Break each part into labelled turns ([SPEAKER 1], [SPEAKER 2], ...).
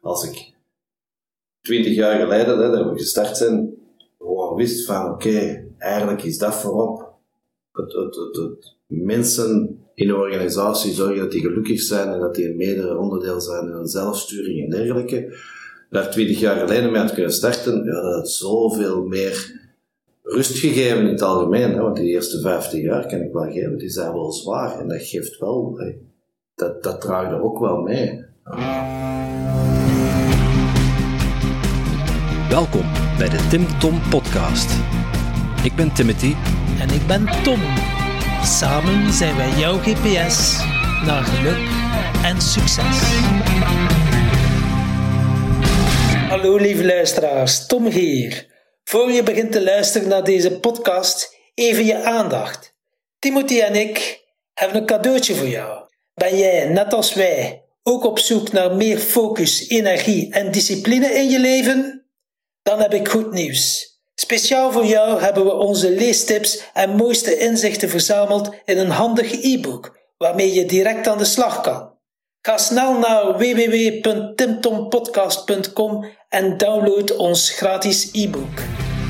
[SPEAKER 1] als ik 20 jaar geleden, dat we gestart zijn, gewoon wist van oké, eigenlijk is dat voorop. Het mensen in de organisatie zorgen dat die gelukkig zijn en dat die een mede onderdeel zijn in een zelfsturing en dergelijke. Daar 20 jaar geleden mee had kunnen starten, ja, dat had zoveel meer rust gegeven in het algemeen. Hè? Want die eerste 15 jaar kan ik wel geven, die zijn wel zwaar. En dat geeft wel, dat draagt er ook wel mee.
[SPEAKER 2] Welkom bij de Tim Tom Podcast. Ik ben Timothy.
[SPEAKER 3] En ik ben Tom. Samen zijn wij jouw GPS naar geluk en succes. Hallo lieve luisteraars, Tom hier. Voor je begint te luisteren naar deze podcast, even je aandacht. Timothy en ik hebben een cadeautje voor jou. Ben jij, net als wij, ook op zoek naar meer focus, energie en discipline in je leven? Dan heb ik goed nieuws. Speciaal voor jou hebben we onze leestips en mooiste inzichten verzameld in een handig e-book, waarmee je direct aan de slag kan. Ga snel naar www.timtompodcast.com en download ons gratis e-book.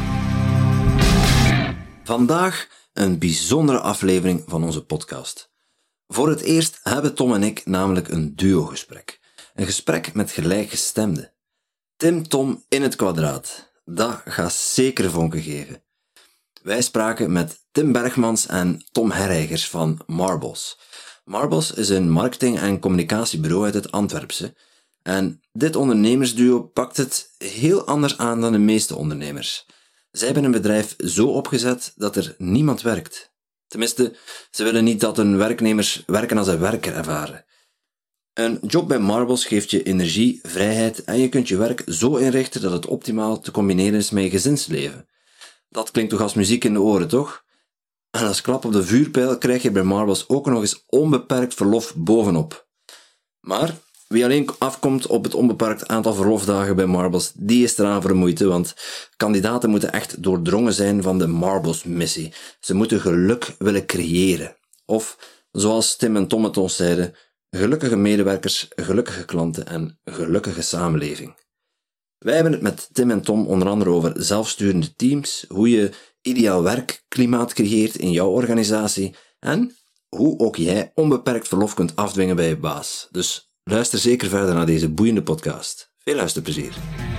[SPEAKER 2] Vandaag een bijzondere aflevering van onze podcast. Voor het eerst hebben Tom en ik namelijk een duo-gesprek. Een gesprek met gelijkgestemden. Tim Tom in het kwadraat. Dat gaat zeker vonken geven. Wij spraken met Tim Bergmans en Tom Herreigers van Marbles. Marbles is een marketing- en communicatiebureau uit het Antwerpse. En dit ondernemersduo pakt het heel anders aan dan de meeste ondernemers. Zij hebben een bedrijf zo opgezet dat er niemand werkt. Tenminste, ze willen niet dat hun werknemers werken als een werker ervaren. Een job bij Marbles geeft je energie, vrijheid en je kunt je werk zo inrichten dat het optimaal te combineren is met je gezinsleven. Dat klinkt toch als muziek in de oren, toch? En als klap op de vuurpijl krijg je bij Marbles ook nog eens onbeperkt verlof bovenop. Maar wie alleen afkomt op het onbeperkt aantal verlofdagen bij Marbles, die is eraan vermoeid, want kandidaten moeten echt doordrongen zijn van de Marbles-missie. Ze moeten geluk willen creëren. Of, zoals Tim en Tom het ons zeiden, gelukkige medewerkers, gelukkige klanten en gelukkige samenleving. Wij hebben het met Tim en Tom onder andere over zelfsturende teams, hoe je ideaal werkklimaat creëert in jouw organisatie en hoe ook jij onbeperkt verlof kunt afdwingen bij je baas. Dus luister zeker verder naar deze boeiende podcast. Veel luisterplezier.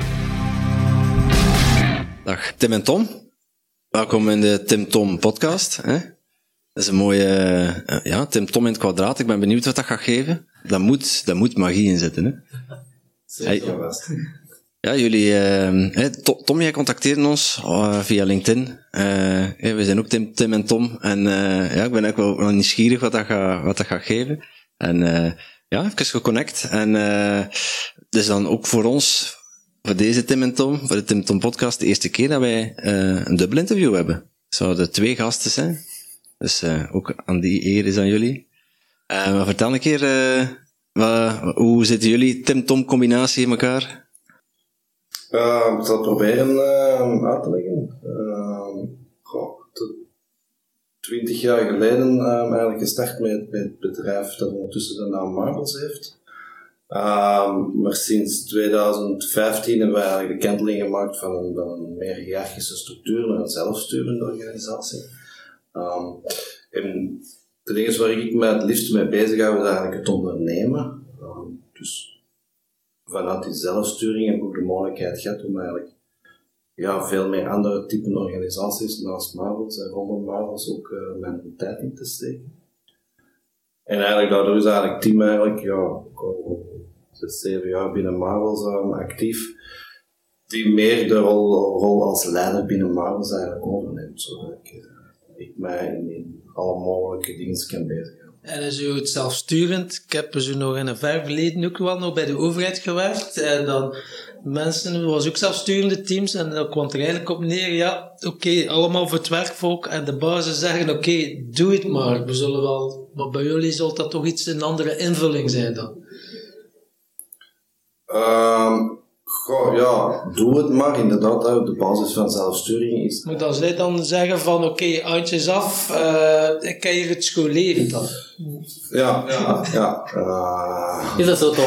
[SPEAKER 2] Dag Tim en Tom. Welkom in de Tim Tom podcast. Dat is een mooie, Tim Tom in het kwadraat. Ik ben benieuwd wat dat gaat geven. Dat moet magie in zitten, hè?
[SPEAKER 1] Zeker vast.
[SPEAKER 2] Ja, jullie, Tom, jij contacteerde ons via LinkedIn. We zijn ook Tim en Tom. En ik ben ook wel nieuwsgierig wat dat gaat geven. En even geconnect. En dus dan ook voor ons, voor deze Tim en Tom, voor de Tim Tom podcast, de eerste keer dat wij een dubbel interview hebben. Het zouden 2 gasten zijn. Dus ook aan die eer is aan jullie. Maar vertel een keer, hoe zitten jullie Tim-Tom combinatie in elkaar?
[SPEAKER 1] Ik zal het proberen uit te leggen. 20 jaar geleden eigenlijk gestart met het bedrijf dat ondertussen de naam Marbles heeft. Maar sinds 2015 hebben we eigenlijk de kanteling gemaakt van een meer hiërarchische structuur naar een zelfsturende organisatie. En de dingen waar ik me het liefst mee bezig hou, is eigenlijk het ondernemen. Dus vanuit die zelfsturing heb ik ook de mogelijkheid gehad om eigenlijk veel meer andere typen organisaties naast Marbles en rondom Marbles ook mijn tijd in te steken. En eigenlijk daardoor is het team eigenlijk, al 7 jaar binnen Marbles actief, die meer de rol als leider binnen Marbles eigenlijk overneemt, zodat ik mij in alle mogelijke dingen kan bezighouden.
[SPEAKER 3] En zo het zelfsturend. Ik heb zo nog in een ver verleden ook wel nog bij de overheid gewerkt. En dan mensen, was ook zelfsturende teams. En dan kwam het er eigenlijk op neer, allemaal voor het werkvolk. En de bazen zeggen, doe het maar. We zullen wel, maar bij jullie zal dat toch iets een andere invulling zijn dan?
[SPEAKER 1] Goh, ja, doe het maar. Inderdaad, de basis van zelfsturing is...
[SPEAKER 3] Moet als zij dan zeggen van oké, handjes af, ik kan hier het schoon leven dan.
[SPEAKER 1] Ja.
[SPEAKER 4] Is dat zo, Tom?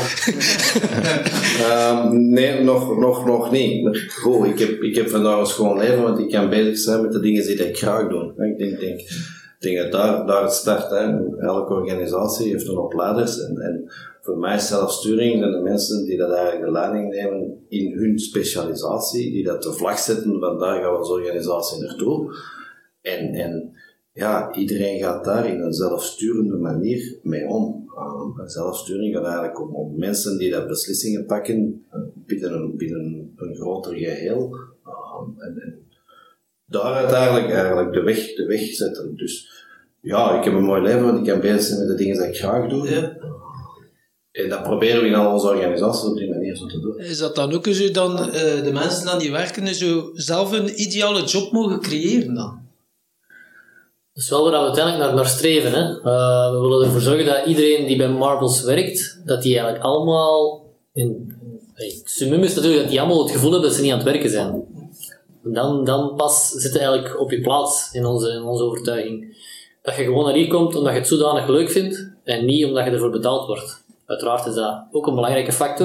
[SPEAKER 1] Nee, nog niet. Goed, ik heb vandaag een schoon leven, want ik kan bezig zijn met de dingen die ik graag doe. Ik denk dat daar het start. Hè. Elke organisatie heeft een hoop leiders en voor mij is zelfsturing zijn de mensen die dat eigenlijk de leiding nemen in hun specialisatie, die dat de vlag zetten van daar gaan we als organisatie naartoe. En ja, iedereen gaat daar in een zelfsturende manier mee om. Zelfsturing gaat eigenlijk om mensen die dat beslissingen pakken binnen een groter geheel. En daaruit eigenlijk de weg zetten. Dus ja, ik heb een mooi leven, want ik kan bezig zijn met de dingen die ik graag doe. Ja. En dat proberen we in al onze organisaties op die manier zo te doen.
[SPEAKER 3] Is dat dan ook zo dan de mensen aan die werken zo zelf een ideale job mogen creëren dan?
[SPEAKER 4] Dat is wel waar we uiteindelijk naar streven. Hè. We willen ervoor zorgen dat iedereen die bij Marbles werkt, dat die eigenlijk allemaal... Het summum is natuurlijk dat die allemaal het gevoel hebben dat ze niet aan het werken zijn. Dan pas zit je eigenlijk op je plaats in onze overtuiging. Dat je gewoon naar hier komt omdat je het zodanig leuk vindt en niet omdat je ervoor betaald wordt. Uiteraard is dat ook een belangrijke factor.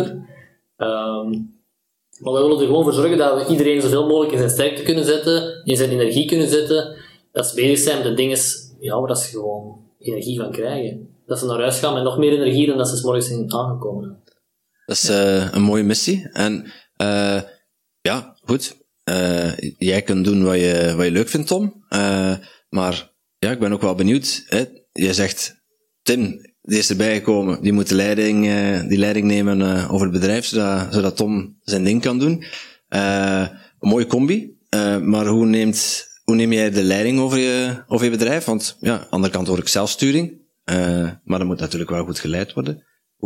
[SPEAKER 4] Maar we willen er gewoon voor zorgen dat we iedereen zoveel mogelijk in zijn sterkte kunnen zetten, in zijn energie kunnen zetten, dat ze bezig zijn met de dingen waar ze gewoon energie van krijgen. Dat ze naar huis gaan met nog meer energie dan dat ze 's morgens zijn aangekomen.
[SPEAKER 2] Dat is een mooie missie. En ja, goed. Jij kunt doen wat je leuk vindt, Tom. Maar ja, ik ben ook wel benieuwd. Hè. Jij zegt, Tim, die is erbij gekomen, die moet die leiding nemen over het bedrijf, zodat Tom zijn ding kan doen. Een mooie combi. Maar hoe neem jij de leiding over je bedrijf? Want ja, aan de andere kant hoor ik zelfsturing. Maar dat moet natuurlijk wel goed geleid worden.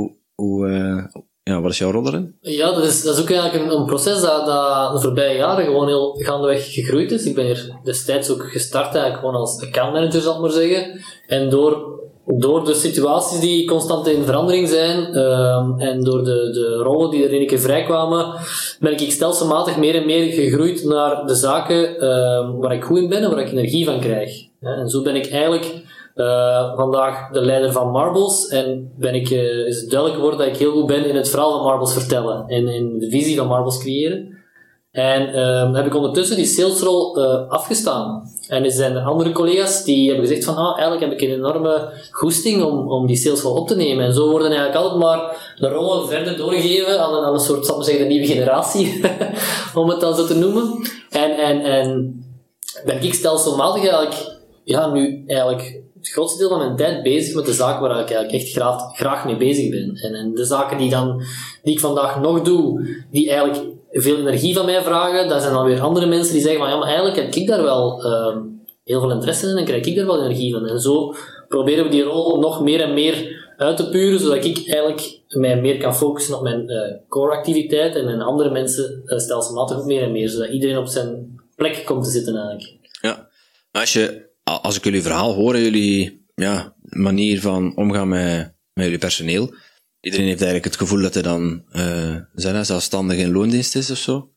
[SPEAKER 2] Wat is jouw rol daarin?
[SPEAKER 4] Ja, dat is ook eigenlijk een proces dat de voorbije jaren gewoon heel gaandeweg gegroeid is. Ik ben hier destijds ook gestart eigenlijk gewoon als accountmanager, zal ik maar zeggen. En door de situaties die constant in verandering zijn en door de rollen die er in een keer vrijkwamen, ben ik stelselmatig meer en meer gegroeid naar de zaken waar ik goed in ben en waar ik energie van krijg. En zo ben ik eigenlijk vandaag de leider van Marbles en is het duidelijk geworden dat ik heel goed ben in het verhaal van Marbles vertellen en in de visie van Marbles creëren. En heb ik ondertussen die salesrol afgestaan. En er zijn andere collega's die hebben gezegd van eigenlijk heb ik een enorme goesting om die salesrol op te nemen. En zo worden eigenlijk altijd maar de rollen verder doorgegeven aan een soort, zal ik maar zeggen, de nieuwe generatie, om het dan zo te noemen. En ben ik stelselmatig nu eigenlijk het grootste deel van mijn tijd bezig met de zaken waar ik eigenlijk echt graag mee bezig ben. En de zaken die ik vandaag nog doe, die eigenlijk veel energie van mij vragen, dat zijn dan weer andere mensen die zeggen van ja, maar eigenlijk heb ik daar wel heel veel interesse in en krijg ik daar wel energie van. En zo proberen we die rol nog meer en meer uit te puren, zodat ik eigenlijk mij meer kan focussen op mijn core activiteit en mijn andere mensen stelselmatig ook meer en meer, zodat iedereen op zijn plek komt te zitten eigenlijk. Ja,
[SPEAKER 2] als ik jullie verhaal hoor, jullie manier van omgaan met jullie personeel, iedereen heeft eigenlijk het gevoel dat hij dan zelfstandig in loondienst is of zo.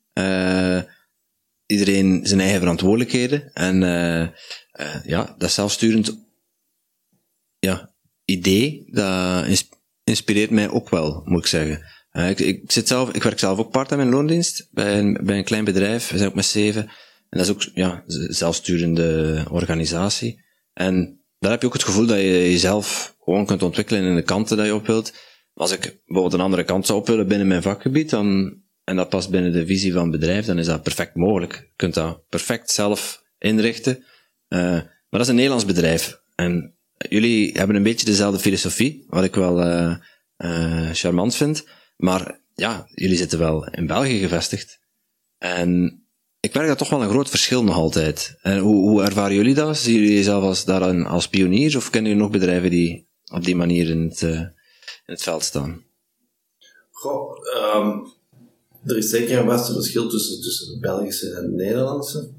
[SPEAKER 2] Iedereen zijn eigen verantwoordelijkheden. En dat zelfsturend idee, dat inspireert mij ook wel, moet ik zeggen. Ik werk zelf ook part-time in loondienst bij een klein bedrijf. We zijn ook met 7. En dat is ook een zelfsturende organisatie. En daar heb je ook het gevoel dat je jezelf gewoon kunt ontwikkelen in de kanten dat je op wilt. Als ik bijvoorbeeld een andere kant zou op willen binnen mijn vakgebied, en dat past binnen de visie van het bedrijf, dan is dat perfect mogelijk. Je kunt dat perfect zelf inrichten. Maar dat is een Nederlands bedrijf. En jullie hebben een beetje dezelfde filosofie, wat ik wel charmant vind. Maar ja, jullie zitten wel in België gevestigd. En ik merk dat toch wel een groot verschil nog altijd. En hoe ervaren jullie dat? Zien jullie jezelf als pioniers, of kennen jullie nog bedrijven die op die manier in het veld staan?
[SPEAKER 1] Goh, er is zeker een vaste verschil tussen de Belgische en de Nederlandse.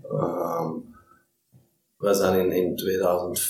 [SPEAKER 1] Wij zijn in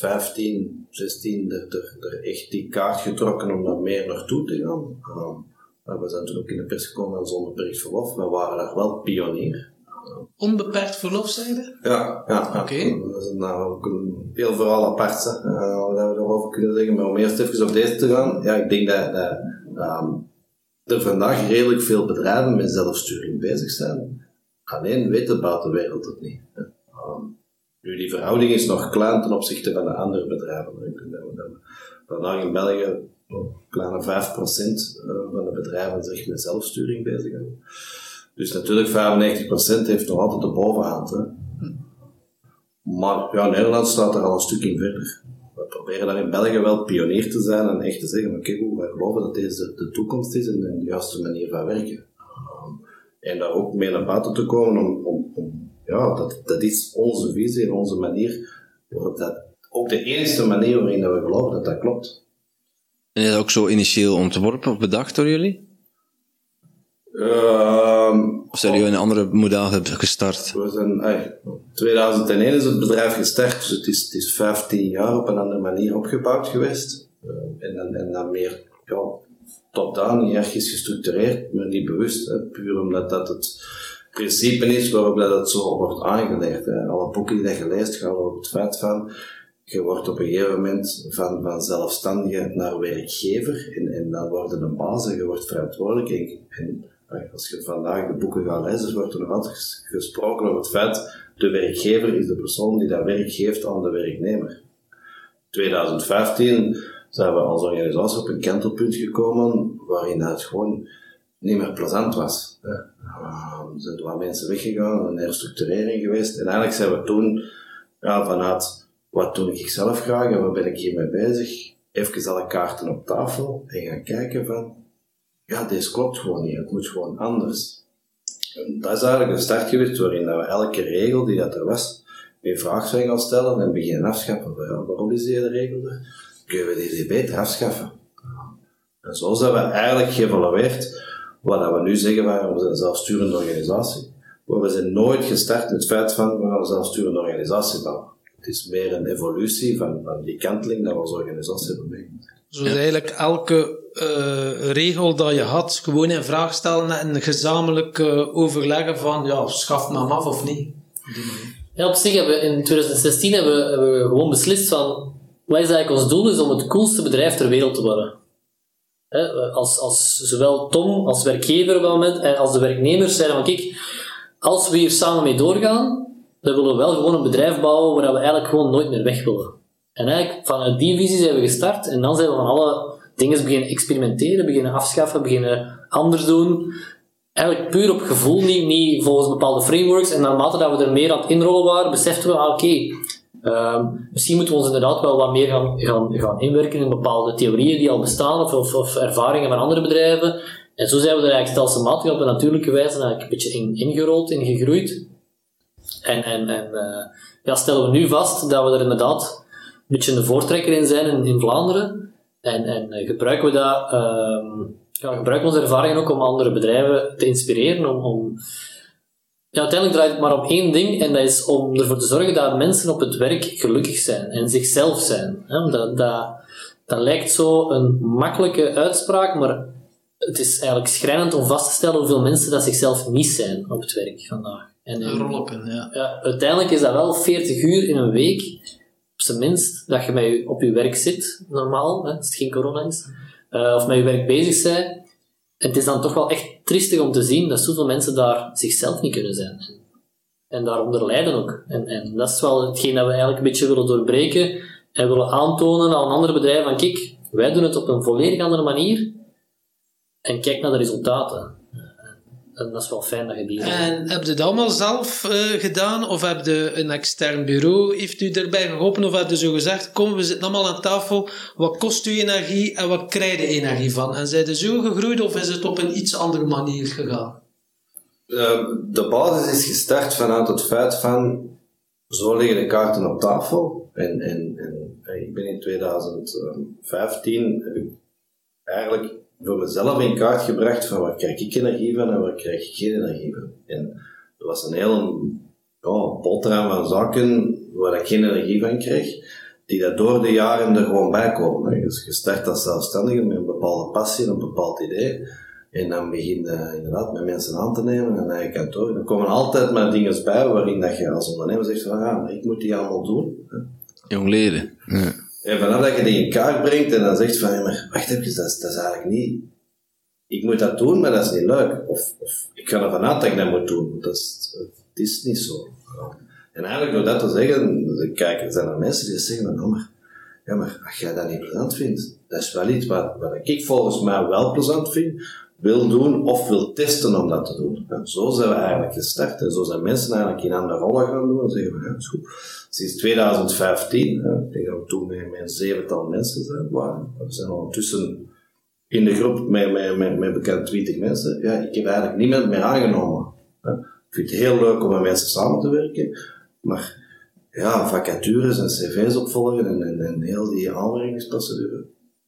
[SPEAKER 1] 2015, 16 er echt die kaart getrokken om daar meer naartoe te gaan. We zijn toen ook in de pers gekomen als onbeperkt verlof. We waren daar wel pionier.
[SPEAKER 3] Onbeperkt verlof, zei je?
[SPEAKER 1] Ja.
[SPEAKER 3] Oké.
[SPEAKER 1] Dat is nou ook een heel verhaal apart, dat we daarover kunnen zeggen. Maar om eerst even op deze te gaan, ik denk dat er vandaag redelijk veel bedrijven met zelfsturing bezig zijn. Alleen weet de buitenwereld het niet. Nu, die verhouding is nog klein ten opzichte van de andere bedrijven. Ik denk dat we vandaag in België een kleine 5% van de bedrijven zich met zelfsturing bezighouden. Dus natuurlijk 95% heeft nog altijd de bovenhand. Hè. Maar Nederland staat er al een stuk in verder. We proberen daar in België wel pionier te zijn en echt te zeggen, wij geloven dat deze de toekomst is en de juiste manier van werken. En daar ook mee naar buiten te komen dat is onze visie en onze manier. Dat ook de enige manier waarin we geloven dat klopt.
[SPEAKER 2] En is dat ook zo initieel ontworpen of bedacht door jullie? Of zijn jullie een andere model gestart?
[SPEAKER 1] We zijn, 2001 is het bedrijf gestart, dus het is 15 jaar op een andere manier opgebouwd geweest. En dan meer top-down, niet erg is gestructureerd, maar niet bewust. Puur omdat dat het principe is waarop dat het zo wordt aangeleerd. Alle boeken die je leest gaan over het feit van je wordt op een gegeven moment van zelfstandige naar werkgever en dan wordt er een baas en je wordt verantwoordelijk. En als je vandaag de boeken gaat lezen, wordt er nog altijd gesproken over het feit de werkgever is de persoon die dat werk geeft aan de werknemer. 2015 zijn we als organisatie op een kantelpunt gekomen waarin het gewoon niet meer plezant was. Er zijn wat mensen weggegaan, een herstructurering geweest en eigenlijk zijn we toen vanuit wat doe ik zelf graag en waar ben ik hiermee bezig, even alle kaarten op tafel en gaan kijken van deze klopt gewoon niet, het moet gewoon anders. En dat is eigenlijk een start geweest waarin we elke regel die dat er was, weer vraag zijn gaan stellen en beginnen afschaffen. Waarom is deze regel er? Kunnen we deze beter afschaffen? En zo zijn we eigenlijk geëvalueerd wat we nu zeggen van we zijn een zelfsturende organisatie. Maar we zijn nooit gestart met het feit van we gaan een zelfsturende organisatie bouwen. Het is meer een evolutie van die kanteling dat we als organisatie hebben meegemaakt.
[SPEAKER 3] Dus eigenlijk elke regel dat je had, gewoon in vraag stellen en gezamenlijk overleggen van schaf me hem af of niet.
[SPEAKER 4] Ja, op zich hebben we in 2016 hebben we gewoon beslist van wat is eigenlijk ons doel is om het coolste bedrijf ter wereld te worden. Als zowel Tom als werkgever op dat moment en als de werknemers zeiden van kijk, als we hier samen mee doorgaan, dan willen we wel gewoon een bedrijf bouwen waar we eigenlijk gewoon nooit meer weg willen. En eigenlijk vanuit die visie zijn we gestart en dan zijn we van alle dingen beginnen experimenteren, beginnen afschaffen, beginnen anders doen. Eigenlijk puur op gevoel, niet volgens bepaalde frameworks. En naarmate dat we er meer aan het inrollen waren, beseften we, misschien moeten we ons inderdaad wel wat meer gaan inwerken in bepaalde theorieën die al bestaan of ervaringen van andere bedrijven. En zo zijn we er eigenlijk stelselmatig op een natuurlijke wijze eigenlijk een beetje ingerold, in gegroeid. En stellen we nu vast dat we er inderdaad een beetje een voortrekker in zijn in Vlaanderen. En gebruiken we dat, gebruiken onze ervaringen ook om andere bedrijven te inspireren. Uiteindelijk draait het maar om één ding, en dat is om ervoor te zorgen dat mensen op het werk gelukkig zijn en zichzelf zijn. Dat lijkt zo een makkelijke uitspraak, maar het is eigenlijk schrijnend om vast te stellen hoeveel mensen dat zichzelf niet zijn op het werk vandaag. Uiteindelijk is dat wel 40 uur in een week, op zijn minst, dat je op je werk zit, normaal, als het geen corona is, of met je werk bezig bent. En het is dan toch wel echt triestig om te zien dat zoveel mensen daar zichzelf niet kunnen zijn. En daaronder lijden ook. En dat is wel hetgeen dat we eigenlijk een beetje willen doorbreken en willen aantonen aan andere bedrijven van kijk, wij doen het op een volledig andere manier en kijk naar de resultaten. En dat is wel fijn dat je die...
[SPEAKER 3] En heb je dat allemaal zelf gedaan? Of heb je een extern bureau? Heeft u erbij geholpen? Of heb je zo gezegd, kom, we zitten allemaal aan tafel. Wat kost u energie en wat krijg je energie van? En zijn je zo gegroeid of is het op een iets andere manier gegaan?
[SPEAKER 1] De basis is gestart vanuit het feit van zo liggen de kaarten op tafel. En ik ben in 2015 heb ik eigenlijk voor mezelf in kaart gebracht van waar krijg ik energie van en waar krijg ik geen energie van. En dat was een hele boterham van zaken waar ik geen energie van kreeg, die dat door de jaren er gewoon bij komen. Dus je start als zelfstandige met een bepaalde passie en een bepaald idee. En dan begin je inderdaad met mensen aan te nemen en naar je kantoor. En er komen altijd maar dingen bij waarin dat je als ondernemer zegt van maar ik moet die allemaal doen.
[SPEAKER 2] Jong leren. Ja.
[SPEAKER 1] En vanaf dat je die in kaart brengt en dan zegt van maar wacht even, dat is eigenlijk niet... Ik moet dat doen, maar dat is niet leuk. Of ik ga ervan uit dat ik dat moet doen. Het is niet zo. En eigenlijk door dat te zeggen, kijk, zijn er mensen die zeggen van maar als jij dat niet plezant vindt, dat is wel iets wat ik volgens mij wel plezant vind, wil doen of wil testen om dat te doen. Ja, zo zijn we eigenlijk gestart. En zo zijn mensen eigenlijk in andere rollen gaan doen en zeggen van, ja, dat is goed. Sinds 2015, ik denk dat we toen met een 7-tal mensen zijn. We zijn ondertussen in de groep met bekend 20 mensen. Ja, ik heb eigenlijk niemand meer aangenomen. Ja, ik vind het heel leuk om met mensen samen te werken, maar ja, vacatures en cv's opvolgen en heel die aanwervingsprocedure.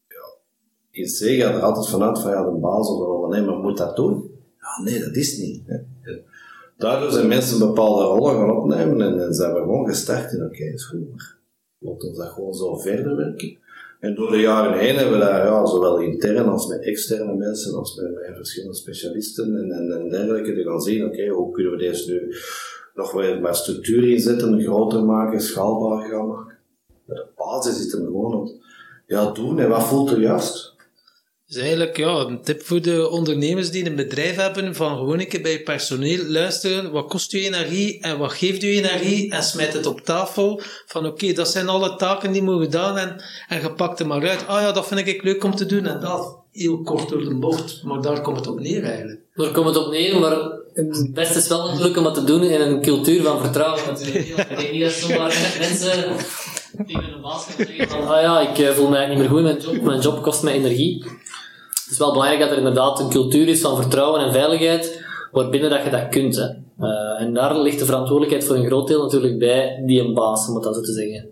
[SPEAKER 1] In C gaat er altijd vanuit van de baas of de ondernemer moet dat doen. Ja, nee, dat is niet. Hè. Daardoor zijn mensen bepaalde rollen gaan opnemen en zijn we gewoon gestart in oké, is goed, maar laten we dat gewoon zo verder werken. En door de jaren heen hebben we daar zowel intern als met externe mensen, als met verschillende specialisten en dergelijke, die gaan zien, oké, hoe kunnen we deze nu nog weer maar structuur inzetten, groter maken, schaalbaar gaan maken. Maar de basis zit er gewoon op. Ja, doen en wat voelt er juist?
[SPEAKER 3] Dus eigenlijk een tip voor de ondernemers die een bedrijf hebben, van gewoon een keer bij je personeel luisteren, wat kost je energie en wat geeft je energie en smijt het op tafel van oké, dat zijn alle taken die moeten gedaan en je pakt er maar uit, dat vind ik leuk om te doen en dat heel kort door de bocht, maar daar komt het op neer eigenlijk.
[SPEAKER 4] Daar komt het op neer, maar het beste is wel natuurlijk om dat te doen in een cultuur van vertrouwen natuurlijk. Ik denk niet dat zomaar mensen tegen een baas kunnen zeggen van ik voel mij niet meer goed in mijn job kost mij energie. Het is wel belangrijk dat er inderdaad een cultuur is van vertrouwen en veiligheid, waarbinnen dat je dat kunt. Hè. En daar ligt de verantwoordelijkheid voor een groot deel natuurlijk bij die een baas, om het dat zo te zeggen.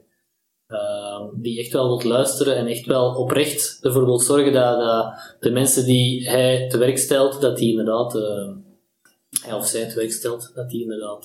[SPEAKER 4] Die echt wel wilt luisteren en echt wel oprecht ervoor wil zorgen dat de mensen die hij te werk stelt, dat die inderdaad, hij of zij te werk stelt, dat die inderdaad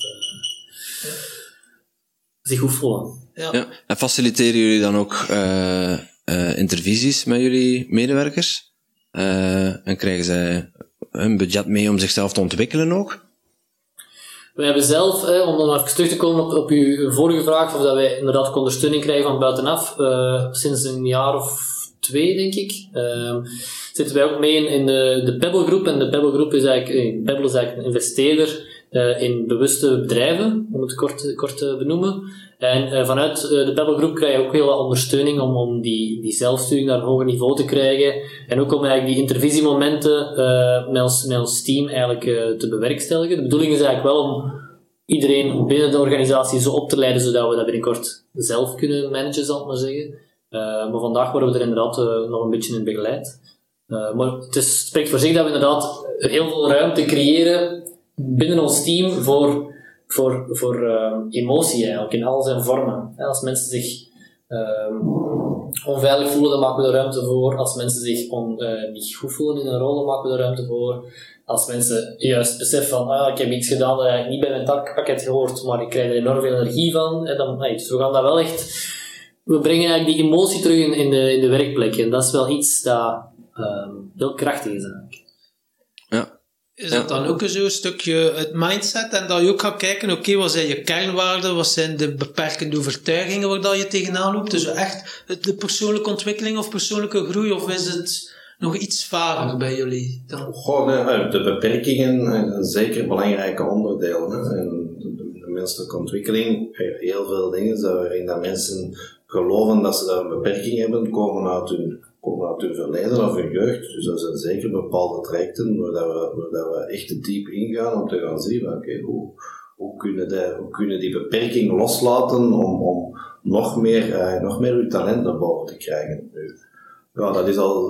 [SPEAKER 4] zich goed voelen.
[SPEAKER 2] Ja. En faciliteren jullie dan ook intervisies met jullie medewerkers? En krijgen zij een budget mee om zichzelf te ontwikkelen ook?
[SPEAKER 4] We hebben zelf, om dan even terug te komen op uw vorige vraag, of dat wij inderdaad ook ondersteuning krijgen van buitenaf, sinds een jaar of 2, denk ik, zitten wij ook mee in de Pebble Groep. En de Pebble Groep is eigenlijk een investeerder in bewuste bedrijven, om het kort te benoemen. En vanuit de Pebble Groep krijg je ook heel wat ondersteuning om die zelfsturing naar een hoger niveau te krijgen. En ook om eigenlijk die intervisiemomenten met ons team eigenlijk te bewerkstelligen. De bedoeling is eigenlijk wel om iedereen binnen de organisatie zo op te leiden, zodat we dat binnenkort zelf kunnen managen, zal ik maar zeggen. Maar vandaag worden we er inderdaad nog een beetje in begeleid. Maar het spreekt voor zich dat we inderdaad heel veel ruimte creëren binnen ons team voor emotie eigenlijk, in al zijn vormen. Als mensen zich onveilig voelen, dan maken we er ruimte voor. Als mensen zich niet goed voelen in een rol, dan maken we er ruimte voor. Als mensen juist beseffen van, ik heb iets gedaan dat ik niet bij mijn takpakket gehoord, maar ik krijg er enorm veel energie van. Dus we gaan dat wel echt... We brengen eigenlijk die emotie terug in de werkplek. En dat is wel iets dat heel krachtig is eigenlijk.
[SPEAKER 2] Ja.
[SPEAKER 3] Is dat dan ook zo'n stukje het mindset en dat je ook gaat kijken, wat zijn je kernwaarden, wat zijn de beperkende overtuigingen waar dat je tegenaan loopt? Dus echt de persoonlijke ontwikkeling of persoonlijke groei, of is het nog iets vager bij jullie dan?
[SPEAKER 1] De beperkingen zijn zeker belangrijke onderdelen. Hè. En de menselijke ontwikkeling, heel veel dingen waarin dat mensen geloven dat ze daar een beperking hebben, komen uit hun verleden of hun jeugd. Dus er zijn zeker bepaalde trajecten waar we echt diep ingaan om te gaan zien, hoe kunnen die beperking loslaten om nog meer uw talent naar boven te krijgen. Ja, dat is al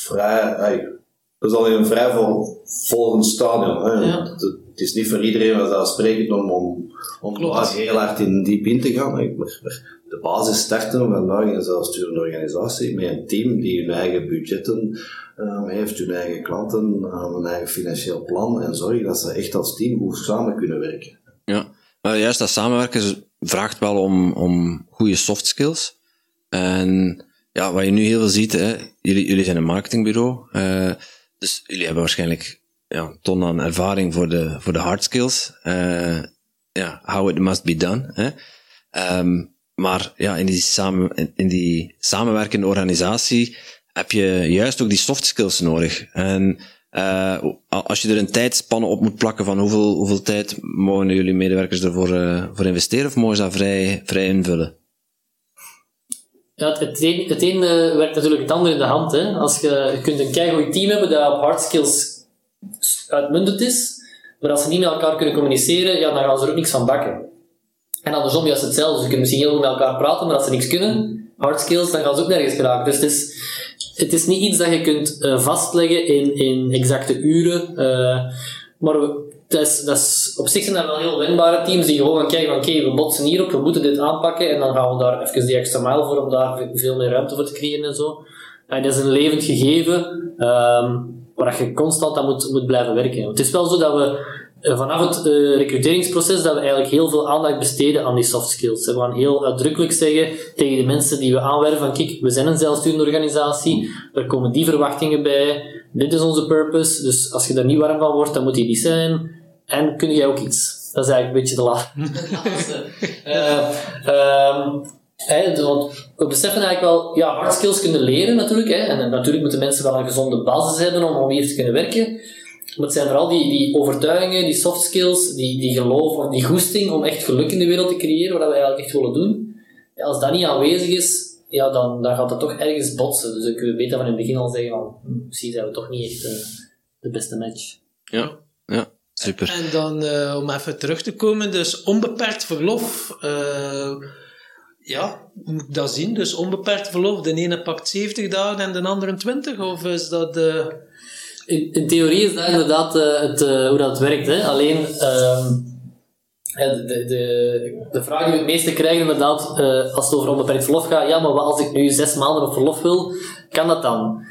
[SPEAKER 1] in een vrij volgend stadium. Hè. Ja. Het is niet voor iedereen vanzelfsprekend om daar heel hard diep in te gaan. Maar de basis starten vandaag in een zelfsturende organisatie met een team die hun eigen budgetten heeft, hun eigen klanten, een eigen financieel plan en zorgen dat ze echt als team goed samen kunnen werken.
[SPEAKER 2] Ja, maar juist dat samenwerken vraagt wel om goede soft skills. En ja, wat je nu heel veel ziet, jullie zijn een marketingbureau, Dus jullie hebben waarschijnlijk een ton aan ervaring voor de hard skills. How it must be done. Hè? Maar in die samenwerkende organisatie heb je juist ook die soft skills nodig. En als je er een tijdspanne op moet plakken van hoeveel tijd mogen jullie medewerkers ervoor voor investeren, of mogen ze dat vrij invullen?
[SPEAKER 4] Ja, het een werkt natuurlijk het andere in de hand. Hè. Als je kunt een keigoed team hebben dat op hard skills uitmuntend is, maar als ze niet met elkaar kunnen communiceren, dan gaan ze er ook niks van bakken. En andersom juist hetzelfde. Ze kunnen misschien heel goed met elkaar praten, maar als ze niks kunnen, hard skills, dan gaan ze ook nergens geraken. Dus het is niet iets dat je kunt vastleggen in exacte uren. Maar dat is op zich zijn er wel heel wendbare teams die gewoon gaan kijken van oké, we botsen hierop, we moeten dit aanpakken en dan gaan we daar even die extra mijl voor om daar veel meer ruimte voor te creëren en zo. En dat is een levend gegeven waar je constant aan moet blijven werken. Het is wel zo dat we vanaf het recruteringsproces dat we eigenlijk heel veel aandacht besteden aan die soft skills. We gaan heel uitdrukkelijk zeggen tegen de mensen die we aanwerven van kijk, we zijn een zelfsturende organisatie, er komen die verwachtingen bij, dit is onze purpose, dus als je daar niet warm van wordt, dan moet die zijn. En kun jij ook iets? Dat is eigenlijk een beetje de laatste. Want we beseffen eigenlijk wel, hard skills kunnen leren natuurlijk. En natuurlijk moeten mensen wel een gezonde basis hebben om hier te kunnen werken. Maar het zijn vooral die overtuigingen, die soft skills, die geloof of die goesting om echt geluk in de wereld te creëren, wat we eigenlijk echt willen doen. Als dat niet aanwezig is, dan gaat dat toch ergens botsen. Dus ik weet dat van in het begin al zeggen van, misschien zijn we toch niet echt de beste match.
[SPEAKER 2] Ja. Super.
[SPEAKER 3] En dan, om even terug te komen, dus onbeperkt verlof. Hoe moet ik dat zien? Dus onbeperkt verlof, de ene pakt 70 dagen en de andere 20? Of is dat...
[SPEAKER 4] In theorie is dat inderdaad hoe dat werkt. Hè? Alleen, de vraag die we het meeste krijgen inderdaad, als het over onbeperkt verlof gaat, maar wat als ik nu 6 maanden op verlof wil, kan dat dan?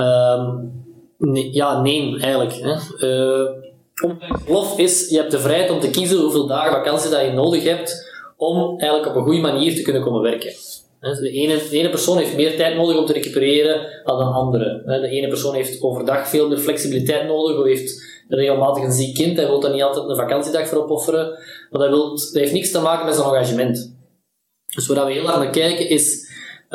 [SPEAKER 4] Nee, eigenlijk. Hè? Onbeperkt verlof is, je hebt de vrijheid om te kiezen hoeveel dagen vakantie dat je nodig hebt om eigenlijk op een goede manier te kunnen komen werken. De ene persoon heeft meer tijd nodig om te recupereren dan een andere. De ene persoon heeft overdag veel meer flexibiliteit nodig, of heeft regelmatig een ziek kind, hij wil daar niet altijd een vakantiedag voor opofferen, maar dat heeft niks te maken met zijn engagement. Dus waar we heel hard naar kijken is,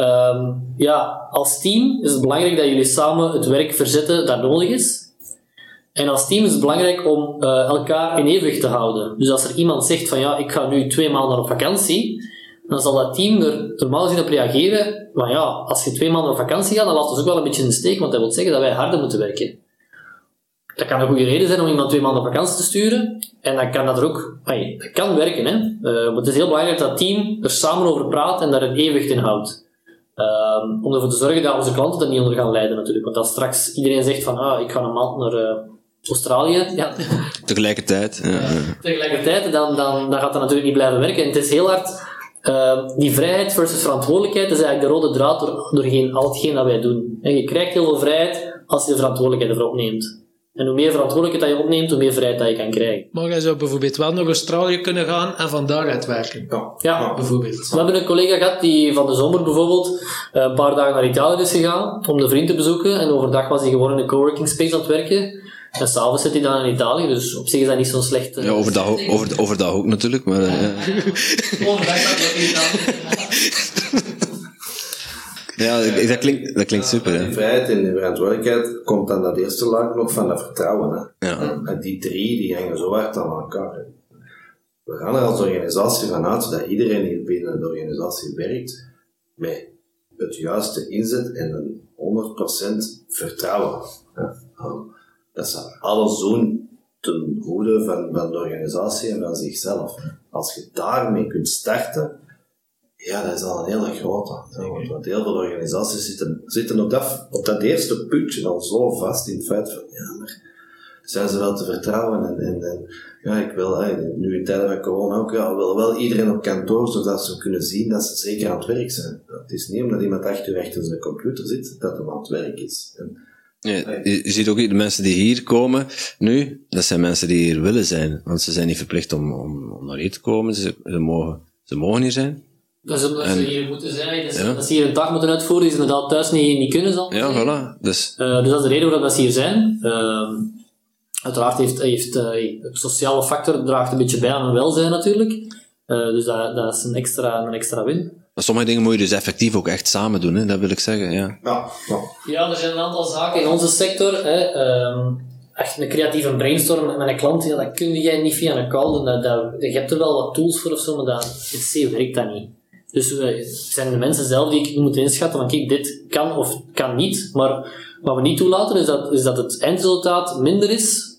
[SPEAKER 4] als team is het belangrijk dat jullie samen het werk verzetten dat nodig is. En als team is het belangrijk om elkaar in evenwicht te houden. Dus als er iemand zegt van ik ga nu 2 maanden op vakantie, dan zal dat team er normaal gezien op reageren. Maar als je 2 maanden op vakantie gaat, dan laat ons ook wel een beetje in de steek, want dat wil zeggen dat wij harder moeten werken. Dat kan een goede reden zijn om iemand 2 maanden op vakantie te sturen. En dan kan dat er ook... dat kan werken, hè. Maar het is heel belangrijk dat het team er samen over praat en daar een evenwicht in houdt. Om ervoor te zorgen dat onze klanten er niet onder gaan lijden, natuurlijk. Want als straks iedereen zegt van, ik ga een maand naar Australië...
[SPEAKER 2] Tegelijkertijd.
[SPEAKER 4] Tegelijkertijd, dan gaat dat natuurlijk niet blijven werken. En het is heel hard... die vrijheid versus verantwoordelijkheid is eigenlijk de rode draad doorheen al hetgeen dat wij doen. En je krijgt heel veel vrijheid als je de verantwoordelijkheid ervoor opneemt. En hoe meer verantwoordelijkheid dat je opneemt, hoe meer vrijheid dat je kan krijgen.
[SPEAKER 3] Maar je zou bijvoorbeeld wel naar Australië kunnen gaan en van daaruit werken.
[SPEAKER 4] Ja,
[SPEAKER 3] bijvoorbeeld.
[SPEAKER 4] We hebben een collega gehad die van de zomer bijvoorbeeld een paar dagen naar Italië is gegaan om de vriend te bezoeken. En overdag was hij gewoon in een coworking space aan het werken. En s'avonds zit hij dan in Italië, dus op zich is dat niet zo'n slecht...
[SPEAKER 2] overdag ook natuurlijk, maar...
[SPEAKER 4] Overdag zat hij in Italië.
[SPEAKER 2] Ja, dat klinkt super.
[SPEAKER 1] Die vrijheid en die verantwoordelijkheid komt dan dat eerste laag nog van dat vertrouwen. Hè.
[SPEAKER 2] Ja.
[SPEAKER 1] En die 3 die hangen zo hard aan elkaar. Hè. We gaan er als organisatie vanuit dat iedereen die binnen de organisatie werkt met het juiste inzet en een 100% vertrouwen. Ja. Dat ze alles doen ten goede van de organisatie en van zichzelf. Als je daarmee kunt starten, dat is al een hele grote. Want heel veel organisaties zitten op dat eerste puntje al zo vast in het feit van, maar zijn ze wel te vertrouwen en ik wil, nu in tijden van corona ook, wil wel iedereen op kantoor, zodat ze kunnen zien dat ze zeker aan het werk zijn. Het is niet omdat iemand achter zijn computer zit, dat hij aan het werk is.
[SPEAKER 2] Je ziet ook de mensen die hier komen nu, dat zijn mensen die hier willen zijn, want ze zijn niet verplicht om naar hier te komen, ze mogen hier zijn.
[SPEAKER 4] Dat is omdat ze hier moeten zijn, dat ze hier een dag moeten uitvoeren, die ze inderdaad thuis niet kunnen.
[SPEAKER 2] Ja, voilà. Dus
[SPEAKER 4] dat is de reden waarom ze hier zijn. Uiteraard heeft de sociale factor draagt een beetje bij aan hun welzijn natuurlijk. Dus dat is een extra win.
[SPEAKER 2] Maar sommige dingen moet je dus effectief ook echt samen doen, hè? Dat wil ik zeggen.
[SPEAKER 4] Ja, er zijn een aantal zaken in onze sector. Echt een creatieve brainstorm met een klant, dat kun jij niet via een call doen. Je hebt er wel wat tools voor of zo, maar in C werkt dat niet. Dus het zijn de mensen zelf die moeten inschatten van kijk, dit kan of kan niet. Maar wat we niet toelaten is dat het eindresultaat minder is,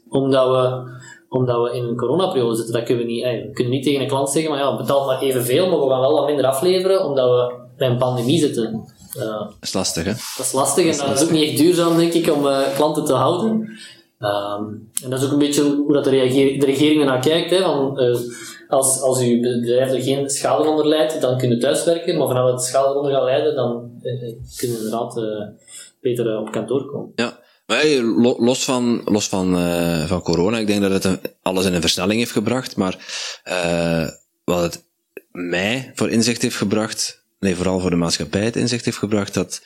[SPEAKER 4] omdat we in een coronaperiode zitten. Dat kunnen we niet. We kunnen niet tegen een klant zeggen, maar betaal maar evenveel, maar we gaan wel wat minder afleveren, omdat we bij een pandemie zitten.
[SPEAKER 2] Dat is lastig, hè?
[SPEAKER 4] Dat is lastig en dat is ook niet echt duurzaam, denk ik, om klanten te houden. En dat is ook een beetje hoe dat de regering ernaar kijkt. Hè, van, als uw bedrijf er geen schade onder leidt, dan kun je thuiswerken, maar vanaf het schade onder gaat leiden, dan kun je inderdaad beter op kantoor komen.
[SPEAKER 2] Ja. Maar los van corona, ik denk dat het alles in een versnelling heeft gebracht, maar wat het mij voor inzicht heeft gebracht, vooral voor de maatschappij het inzicht heeft gebracht, dat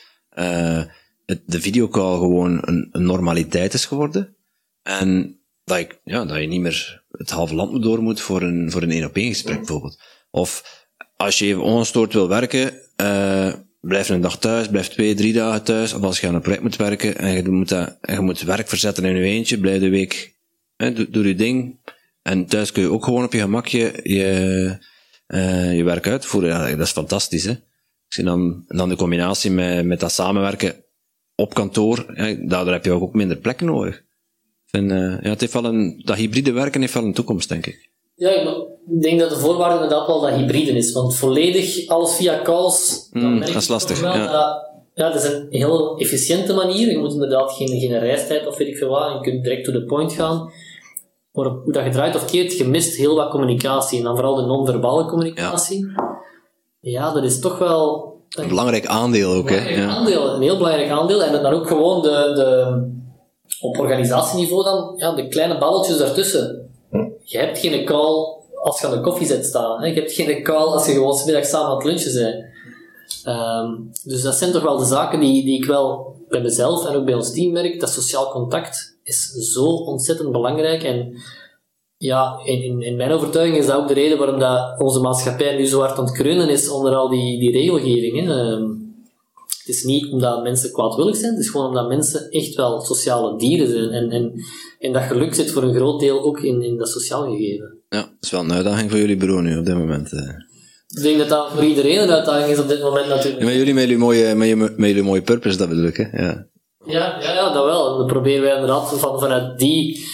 [SPEAKER 2] de videocall gewoon een normaliteit is geworden. En dat je niet meer het halve land door moet voor een 1-op-1 gesprek bijvoorbeeld. Of als je even ongestoord wil werken, blijf een dag thuis, blijf 2-3 dagen thuis. Of als je aan een project moet werken en je moet werk verzetten in je eentje, blijf de week, doe je ding. En thuis kun je ook gewoon op je gemakje je werk uitvoeren. Ja, dat is fantastisch, hè. Dan de combinatie met dat samenwerken op kantoor, daardoor heb je ook minder plekken nodig. Het heeft dat hybride werken heeft wel een toekomst, denk ik.
[SPEAKER 4] Ja, ik denk dat de voorwaarde inderdaad wel dat hybride is. Want volledig alles via calls,
[SPEAKER 2] dat is lastig.
[SPEAKER 4] Dat is een heel efficiënte manier. Je moet inderdaad geen reistijd of weet ik veel wat. Je kunt direct to the point gaan. Maar hoe dat je draait of keert, je mist heel wat communicatie. En dan vooral de non-verbale communicatie. Ja, dat is toch wel...
[SPEAKER 2] Een belangrijk aandeel ook, hè?
[SPEAKER 4] Een heel belangrijk aandeel. En dan ook gewoon op organisatieniveau dan, de kleine babbeltjes daartussen. Je hebt geen call als je aan de koffiezet staat. Hè? Je hebt geen call als je gewoon 's middags samen aan het lunchen bent. Dus dat zijn toch wel de zaken die ik wel bij mezelf en ook bij ons team merk. Dat sociaal contact is zo ontzettend belangrijk. En ja, in mijn overtuiging is dat ook de reden waarom dat onze maatschappij nu zo hard aan het kreunen is onder al die regelgeving. Het is niet omdat mensen kwaadwillig zijn, het is gewoon omdat mensen echt wel sociale dieren zijn. En dat geluk zit voor een groot deel ook in dat sociaal gegeven.
[SPEAKER 2] Ja, dat is wel een uitdaging voor jullie bureau nu op dit moment.
[SPEAKER 4] Ik denk dat dat voor iedereen een uitdaging is op dit moment natuurlijk.
[SPEAKER 2] Ja, maar jullie met jullie mooie purpose, dat bedoel ik, hè?
[SPEAKER 4] Ja, dat wel. En dan proberen wij inderdaad vanuit die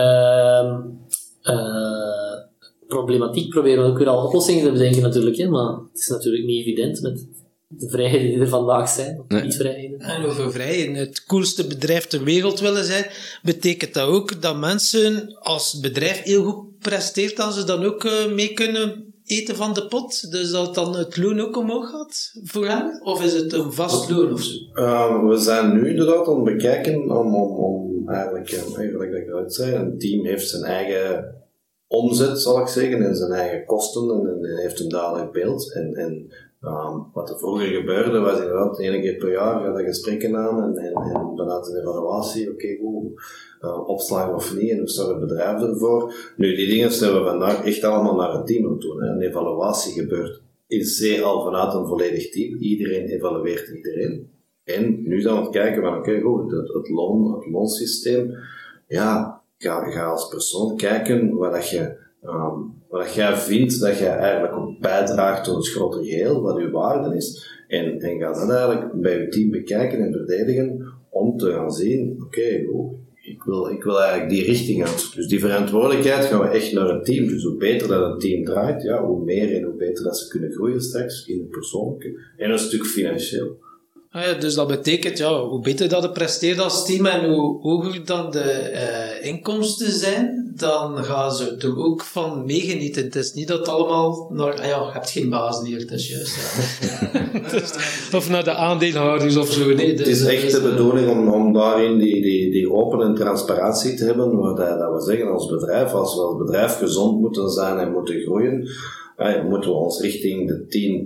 [SPEAKER 4] problematiek proberen we ook weer al oplossingen te bedenken natuurlijk, hè? Maar het is natuurlijk niet evident met de vrijheden die er vandaag zijn, of niet vrijheden.
[SPEAKER 3] En over vrijheden, het coolste bedrijf ter wereld willen zijn, betekent dat ook dat mensen, als het bedrijf heel goed presteert, dat ze dan ook mee kunnen eten van de pot? Dus dat dan het loon ook omhoog gaat voor hen? Of is het een vast loon of zo?
[SPEAKER 1] We zijn nu inderdaad aan het bekijken om eigenlijk, gelijk dat ik eruit zei, een team heeft zijn eigen omzet, zal ik zeggen, en zijn eigen kosten en heeft een duidelijk beeld. En wat er vroeger gebeurde, was inderdaad 1 keer per jaar gaat er gesprekken aan en vanuit een evaluatie, opslagen of niet, en hoe staat het bedrijf ervoor. Nu, die dingen stellen we vandaag echt allemaal naar het team aan doen. Een evaluatie gebeurt in C al vanuit een volledig team. Iedereen evalueert iedereen. En nu zijn we aan het kijken van, het loonsysteem, ga als persoon kijken wat jij vindt dat je eigenlijk ook bijdraagt tot het grotere geheel, wat uw waarde is, en ga dat eigenlijk bij je team bekijken en verdedigen, om te gaan zien, ik wil eigenlijk die richting aan. Dus die verantwoordelijkheid gaan we echt naar een team. Dus hoe beter dat een team draait, hoe meer en hoe beter dat ze kunnen groeien straks, in het persoonlijke, en een stuk financieel.
[SPEAKER 3] Dus dat betekent, hoe beter dat het presteert als team en hoe hoger dan de inkomsten zijn, dan gaan ze er ook van meegenieten. Het is niet dat het allemaal naar... je hebt geen baas hier, het is juist. Of naar de aandeelhouders of zo. Nee,
[SPEAKER 1] het is echt de bedoeling om daarin die open en transparantie te hebben, waar dat we zeggen als we als bedrijf gezond moeten zijn en moeten groeien, moeten we ons richting de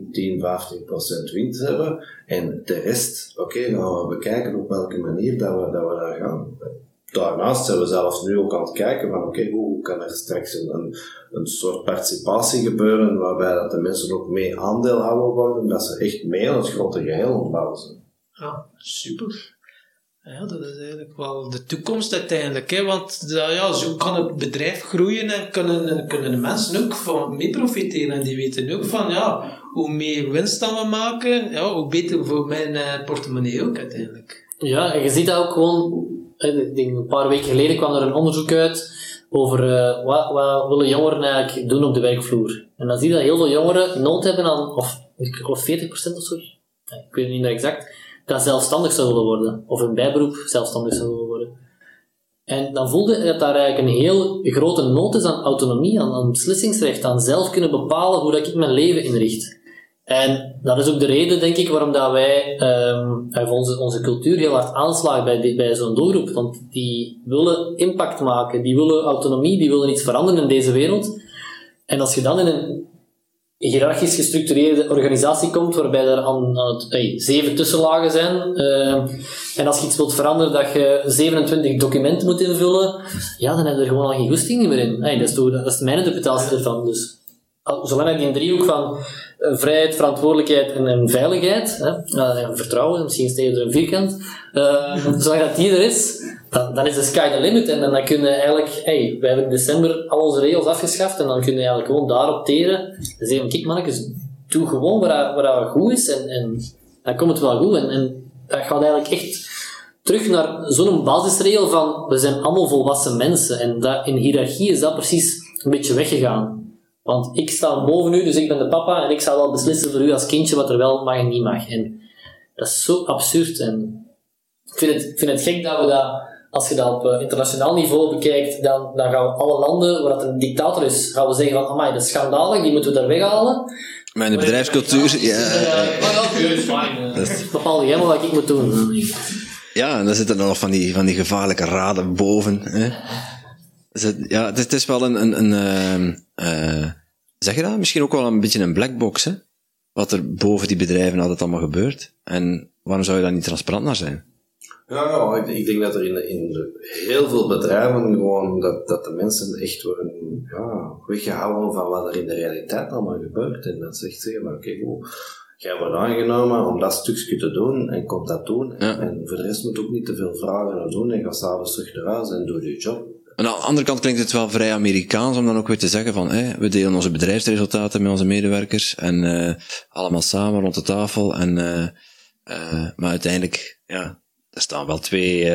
[SPEAKER 1] 10-15% winst hebben. En de rest, gaan we bekijken op welke manier dat we daar gaan. Daarnaast zijn we zelfs nu ook aan het kijken van hoe kan er straks een soort participatie gebeuren waarbij dat de mensen ook mee aandeelhouder worden, dat ze echt mee aan het grote geheel ontbouwen zijn.
[SPEAKER 3] Ja, super. Ja, dat is eigenlijk wel de toekomst uiteindelijk. Hè? Want zo kan het bedrijf groeien en kunnen de mensen ook van mee profiteren. En die weten ook van, hoe meer winst dan we maken, hoe beter voor mijn portemonnee ook uiteindelijk.
[SPEAKER 4] Ja, en je ziet dat ook gewoon. Ik denk een paar weken geleden kwam er een onderzoek uit over wat willen jongeren eigenlijk doen op de werkvloer. En dan zie je dat heel veel jongeren nood hebben aan, of ik geloof 40% of zo, ik weet het niet meer exact, dat zelfstandig zou willen worden. Of een bijberoep zelfstandig zou willen worden. En dan voelde je dat daar eigenlijk een heel grote nood is aan autonomie, aan beslissingsrecht, aan zelf kunnen bepalen hoe dat ik mijn leven inricht. En dat is ook de reden, denk ik, waarom dat wij onze cultuur heel hard aanslagen bij zo'n doelgroep. Want die willen impact maken, die willen autonomie, die willen iets veranderen in deze wereld. En als je dan in een hiërarchisch gestructureerde organisatie komt, waarbij er 7 tussenlagen zijn, en als je iets wilt veranderen dat je 27 documenten moet invullen, dan heb je er gewoon al geen goesting meer in. Dat is mijn interpretatie ervan. Dus zolang ik die driehoek van vrijheid, verantwoordelijkheid en veiligheid, vertrouwen, misschien steeds er een vierkant, zolang dat die er is, dan is de sky the limit. En dan kun je eigenlijk, wij hebben in december al onze regels afgeschaft en dan kun je eigenlijk gewoon daarop teren en zeggen, kijk mannetjes, doe gewoon waar goed is en dan komt het wel goed. En dat gaat eigenlijk echt terug naar zo'n basisregel van, we zijn allemaal volwassen mensen en dat, in hiërarchie is dat precies een beetje weggegaan. Want ik sta boven u, dus ik ben de papa en ik zal wel beslissen voor u als kindje wat er wel mag en niet mag. En dat is zo absurd. En ik vind het gek dat we dat, als je dat op internationaal niveau bekijkt, dan gaan we alle landen waar het een dictator is, gaan we zeggen van, amai, dat is schandalig, die moeten we daar weghalen.
[SPEAKER 2] Maar in de bedrijfscultuur,
[SPEAKER 4] bepaal jij maar wat ik moet doen.
[SPEAKER 2] Ja, en dan zitten er nog van die gevaarlijke raden boven. Hè. Het is wel zeg je dat? Misschien ook wel een beetje een blackbox, hè? Wat er boven die bedrijven altijd allemaal gebeurt. En waarom zou je daar niet transparant naar zijn?
[SPEAKER 1] Ja, ik denk dat er in heel veel bedrijven gewoon, dat de mensen echt worden weggehouden van wat er in de realiteit allemaal gebeurt. En dat ze echt zeggen, jij wordt aangenomen om dat stukje te doen en komt dat doen. Ja. En voor de rest moet ook niet te veel vragen aan doen en ga s'avonds terug naar huis en doe je job.
[SPEAKER 2] Aan de andere kant klinkt het wel vrij Amerikaans om dan ook weer te zeggen van, we delen onze bedrijfsresultaten met onze medewerkers en allemaal samen rond de tafel maar uiteindelijk, er staan wel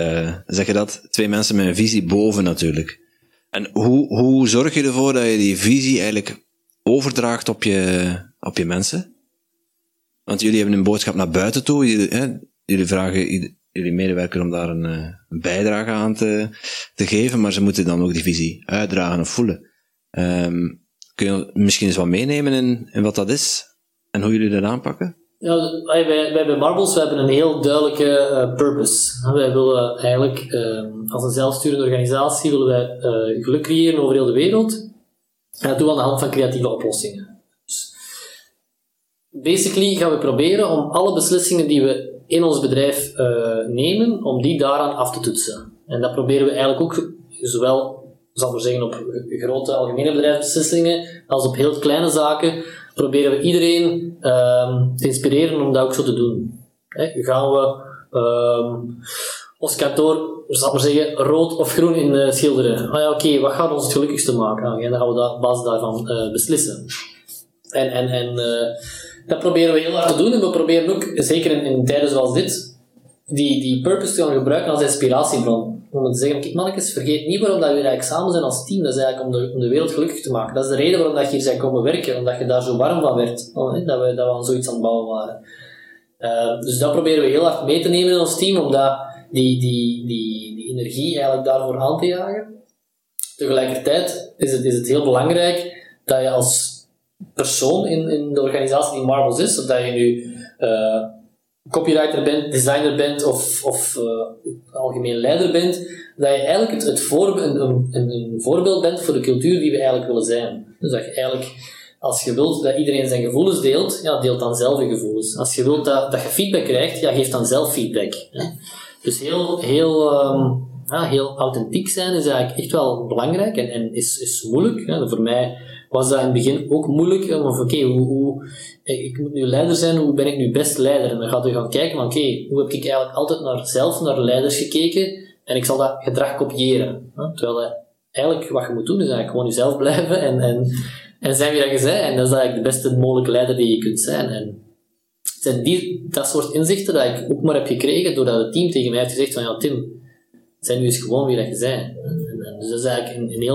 [SPEAKER 2] twee mensen met een visie boven natuurlijk. En hoe zorg je ervoor dat je die visie eigenlijk overdraagt op je mensen? Want jullie hebben een boodschap naar buiten toe, jullie vragen jullie medewerker om daar een bijdrage aan te geven, maar ze moeten dan ook die visie uitdragen of voelen. Kun je misschien eens wat meenemen in wat dat is en hoe jullie dat aanpakken?
[SPEAKER 4] Ja, wij bij Marbles hebben een heel duidelijke purpose. Wij willen eigenlijk, als een zelfsturende organisatie, willen wij geluk creëren over heel de wereld. En dat doen we aan de hand van creatieve oplossingen. Dus basically gaan we proberen om alle beslissingen die we in ons bedrijf nemen, om die daaraan af te toetsen. En dat proberen we eigenlijk ook, zowel, zal ik zeggen, op grote algemene bedrijfsbeslissingen, als op heel kleine zaken, proberen we iedereen te inspireren om dat ook zo te doen. Gaan we ons kantoor, zal ik zeggen, rood of groen in schilderen? Oké, wat gaat ons het gelukkigste maken? En dan gaan we op basis daarvan beslissen. En dat proberen we heel hard te doen. En we proberen ook, zeker in tijden zoals dit, die purpose te gaan gebruiken als inspiratiebron. Om te zeggen, kijk mannetjes, vergeet niet waarom dat we eigenlijk samen zijn als team. Dat is eigenlijk om de wereld gelukkig te maken. Dat is de reden waarom dat je hier bent komen werken. Omdat je daar zo warm van werd. Dat we aan zoiets aan het bouwen waren. Dus dat proberen we heel hard mee te nemen in ons team. Omdat die energie eigenlijk daarvoor aan te jagen. Tegelijkertijd is het heel belangrijk dat je als persoon in de organisatie die Marbles is, of dat je nu copywriter bent, designer bent of algemeen leider bent, dat je eigenlijk een voorbeeld bent voor de cultuur die we eigenlijk willen zijn. Dus dat je eigenlijk als je wilt dat iedereen zijn gevoelens deelt, ja, deel dan zelf je gevoelens. Als je wilt dat je feedback krijgt, ja, geef dan zelf feedback. Hè. Dus heel authentiek zijn is eigenlijk echt wel belangrijk en is moeilijk. Hè. Voor mij was dat in het begin ook moeilijk. Ik moet nu leider zijn, hoe ben ik nu best leider? En dan ga je gaan kijken van hoe heb ik eigenlijk altijd zelf naar leiders gekeken en ik zal dat gedrag kopiëren. Hè. Terwijl eigenlijk wat je moet doen is eigenlijk gewoon jezelf blijven en zijn wie dat je bent. En dat is eigenlijk de beste mogelijke leider die je kunt zijn. En het zijn dat soort inzichten dat ik ook maar heb gekregen doordat het team tegen mij heeft gezegd van ja Tim, zijn nu eens gewoon wie dat je bent. En dus dat is eigenlijk een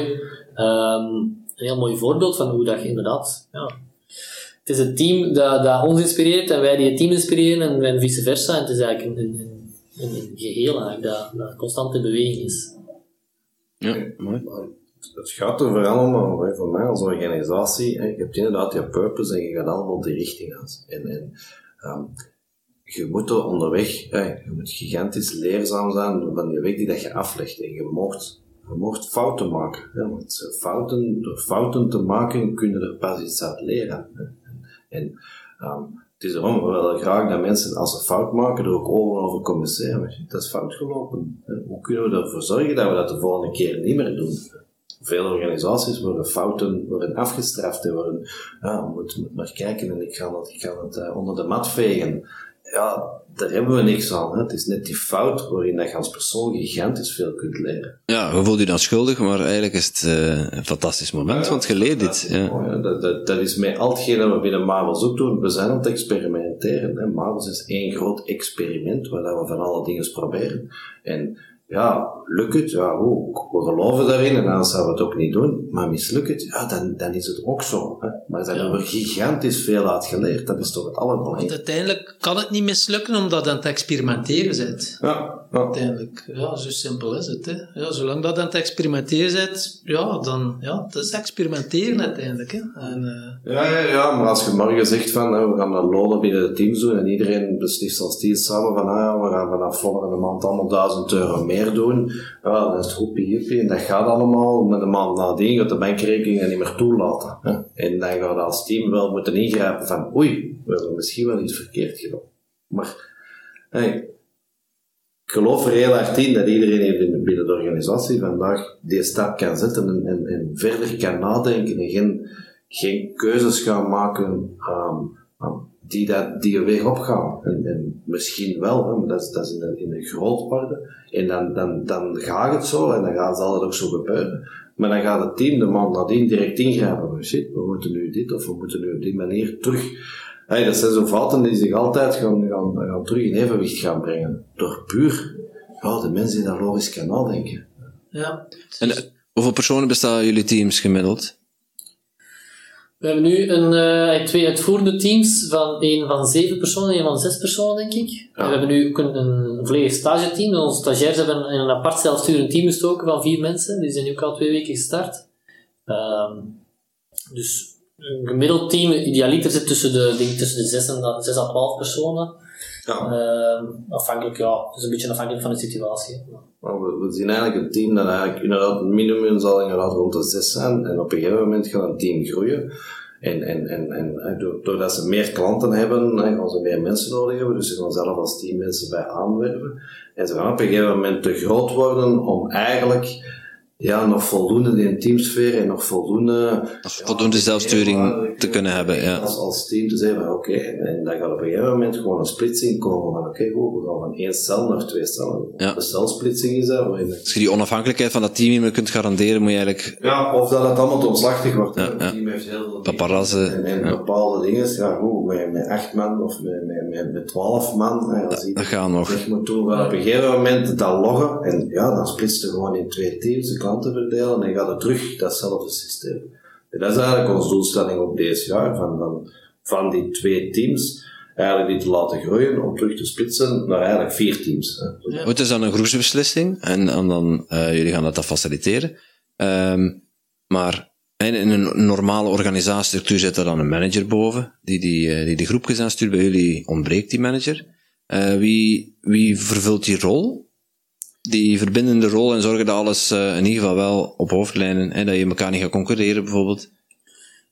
[SPEAKER 4] heel mooi voorbeeld van hoe dat je inderdaad... Ja, het is het team dat ons inspireert en wij die het team inspireren en vice versa. En het is eigenlijk een geheel eigenlijk dat constant in beweging is.
[SPEAKER 2] Ja, mooi.
[SPEAKER 1] Het gaat er allemaal, voor mij als organisatie, je hebt inderdaad je purpose en je gaat allemaal die richting aan. Je moet er onderweg, je moet gigantisch leerzaam zijn van die weg die dat je aflegt. En je mocht fouten maken. Want door fouten te maken kun je er pas iets uit leren. En het is daarom wel graag dat mensen, als ze fout maken, er ook over communiceren. Dat is fout gelopen. Hoe kunnen we ervoor zorgen dat we dat de volgende keer niet meer doen? Veel organisaties worden afgestraft en worden, we moeten maar kijken en ik ga het onder de mat vegen. Ja, daar hebben we niks aan. Hè. Het is net die fout waarin dat je als persoon gigantisch veel kunt leren.
[SPEAKER 2] Ja, je voelt je dan schuldig, maar eigenlijk is het een fantastisch moment, want je leert dit. Ja.
[SPEAKER 1] Dat is met al hetgeen dat we binnen Marvels ook doen. We zijn aan het experimenteren. Hè. Marvels is één groot experiment waar we van alle dingen proberen. En ja, lukt het? Ja, we geloven daarin en anders zouden we het ook niet doen. Maar mislukt het? Ja, dan is het ook zo. Hè. Maar daar hebben we gigantisch veel uit geleerd. Dat is toch het allerbelangrijkste.
[SPEAKER 3] Want uiteindelijk kan het niet mislukken omdat je aan het experimenteren bent.
[SPEAKER 1] Ja.
[SPEAKER 3] Uiteindelijk. Ja, zo simpel is het. Hè. Ja, zolang dat aan het experimenteren bent, het is experimenteren uiteindelijk. Hè.
[SPEAKER 1] Ja, maar als je morgen zegt van, we gaan dat lonen binnen de teams doen en iedereen beslist als team samen van, we gaan vanaf volgende maand allemaal €1000 meer doen, ja, dan is het hoepie en dat gaat allemaal, met een maand nadien gaat de bankrekening dat niet meer toelaten. Hè. En dan gaat als team wel moeten ingrijpen van, oei, we hebben misschien wel iets verkeerd gedaan. Maar, ik geloof er heel hard in dat iedereen binnen de organisatie vandaag die stap kan zetten en verder kan nadenken en geen keuzes gaan maken die een weg opgaan. En misschien wel, hè, maar dat is in een groot orde. En dan gaat het zo en dan zal het ook zo gebeuren. Maar dan gaat het team de maand nadien direct ingrijpen. Shit, we moeten nu dit of we moeten nu op die manier terug. Dat zijn zo fouten die zich altijd gaan terug in evenwicht gaan brengen. Door puur de mensen die daar logisch kan nadenken.
[SPEAKER 3] Ja.
[SPEAKER 2] En hoeveel personen bestaan jullie teams gemiddeld?
[SPEAKER 4] We hebben nu twee uitvoerende teams, één van 7 personen en één van 6 personen, denk ik. Ja. En we hebben nu ook een volledig stageteam. Onze stagiairs hebben in een apart zelfsturend team gestoken van 4 mensen. Die zijn nu ook al 2 weken gestart. Dus een gemiddeld team, idealiter zit tussen de 6 à 12 personen. Ja. Afhankelijk, het is een beetje afhankelijk van de situatie.
[SPEAKER 1] We zien eigenlijk een team dat eigenlijk inderdaad het minimum zal inderdaad rond de 6 zijn en op een gegeven moment gaat een team groeien en doordat ze meer klanten hebben, gaan ze meer mensen nodig hebben, dus ze gaan zelf als team mensen bij aanwerven en ze gaan op een gegeven moment te groot worden om eigenlijk nog voldoende in teamsfeer en nog voldoende
[SPEAKER 2] zelfsturing te kunnen hebben. Ja.
[SPEAKER 1] Als team te zeggen, oké, en dan gaat op een gegeven moment gewoon een splitsing komen van we gaan van 1 cel naar 2 cellen. Ja. De celsplitsing is dat.
[SPEAKER 2] Als je die onafhankelijkheid van dat team niet meer kunt garanderen, moet je eigenlijk...
[SPEAKER 1] Ja, of dat het allemaal te omslachtig wordt. Het team heeft heel veel
[SPEAKER 2] paparazzen.
[SPEAKER 1] En bepaalde dingen, met 8 man of met 12 man, als
[SPEAKER 2] dat gaat nog.
[SPEAKER 1] Weg moet doen, op een gegeven moment dat loggen, en dan splitst je gewoon in 2 teams, de klanten verdelen, en dan gaat het terug datzelfde systeem. En dat is eigenlijk onze doelstelling op deze jaar, van die 2 teams, eigenlijk die te laten groeien, om terug te splitsen naar eigenlijk 4 teams.
[SPEAKER 2] Ja. Het is dan een groepsbeslissing, en dan jullie gaan dat faciliteren. Maar in een normale organisatiestructuur zit er dan een manager boven, die de groepjes aanstuurt. Bij jullie ontbreekt die manager. Wie vervult die rol? Die verbindende rol en zorgen dat alles in ieder geval wel op hoofdlijnen, dat je elkaar niet gaat concurreren bijvoorbeeld?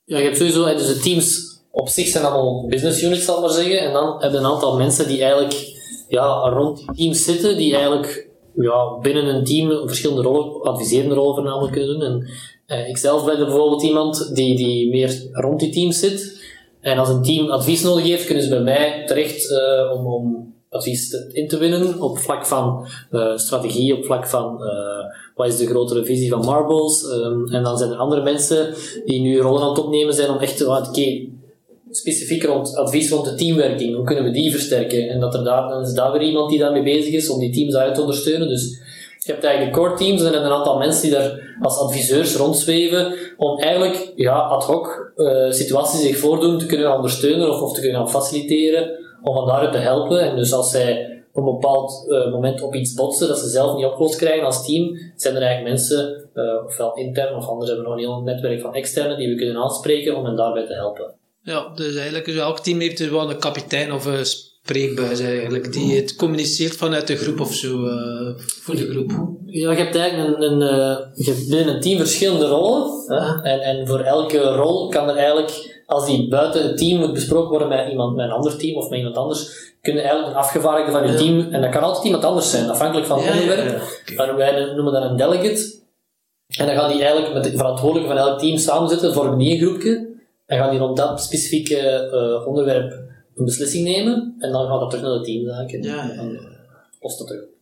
[SPEAKER 4] Ja, je hebt sowieso, dus de teams op zich zijn allemaal business units, zal ik maar zeggen. En dan heb je een aantal mensen die eigenlijk rond die teams zitten, die eigenlijk binnen een team verschillende rollen, adviserende rollen voornamelijk kunnen doen. En ik zelf ben er bijvoorbeeld iemand die meer rond die teams zit. En als een team advies nodig heeft, kunnen ze bij mij terecht om advies in te winnen op vlak van strategie, op vlak van wat is de grotere visie van Marbles. En dan zijn er andere mensen die nu rollen aan het opnemen zijn om echt specifiek rond advies rond de teamwerking, hoe kunnen we die versterken? En dan is daar weer iemand die daarmee bezig is om die teams daaruit te ondersteunen. Dus je hebt eigenlijk de core teams en een aantal mensen die daar als adviseurs rondzweven om eigenlijk ad hoc situaties die zich voordoen te kunnen ondersteunen of te kunnen gaan faciliteren om van daaruit te helpen. En dus als zij op een bepaald moment op iets botsen dat ze zelf niet opgelost krijgen als team, zijn er eigenlijk mensen, ofwel intern of anders hebben we nog een heel netwerk van externe die we kunnen aanspreken om hen daarbij te helpen.
[SPEAKER 3] Ja, dus eigenlijk elk team heeft dus wel een kapitein of een spreekbuis eigenlijk, die het communiceert vanuit de groep of zo, voor de groep.
[SPEAKER 4] Ja, je hebt eigenlijk je hebt binnen een team verschillende rollen. Hè? En voor elke rol kan er eigenlijk, als die buiten het team moet besproken worden met een ander team of met iemand anders, kun je eigenlijk een afgevaardigde van je team, en dat kan altijd iemand anders zijn, afhankelijk van het onderwerp. Okay. Wij noemen dat een delegate. En dan gaan die eigenlijk met de verantwoordelijke van elk team samenzitten, vormen die een groepje. En gaan die rond dat specifieke onderwerp een beslissing nemen. En dan gaat dat terug naar de teamzaak. En dan lost dat terug.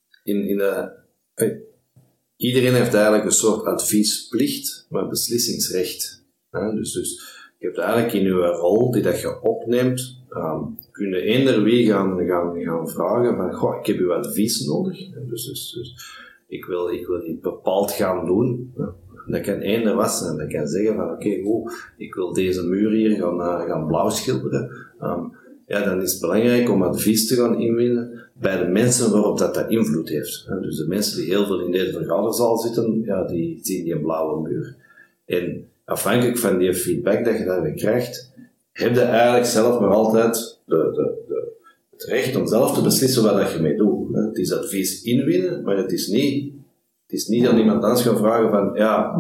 [SPEAKER 1] Iedereen heeft eigenlijk een soort adviesplicht, maar beslissingsrecht. Dus je hebt eigenlijk in je rol die dat je opneemt, kun je eender wie gaan vragen van, goh, ik heb uw advies nodig. Dus ik wil dit bepaald gaan doen. Dat kan eender was zijn. Dat kan zeggen van, oké, ik wil deze muur hier gaan blauw schilderen. Dan is het belangrijk om advies te gaan inwinnen bij de mensen waarop dat invloed heeft. Dus de mensen die heel veel in deze vergaderzaal zitten, die zien die een blauwe muur. En afhankelijk van die feedback dat je daarbij krijgt, heb je eigenlijk zelf maar altijd het recht om zelf te beslissen wat dat je mee doet. Het is advies inwinnen, maar het is niet aan iemand anders gaan vragen van,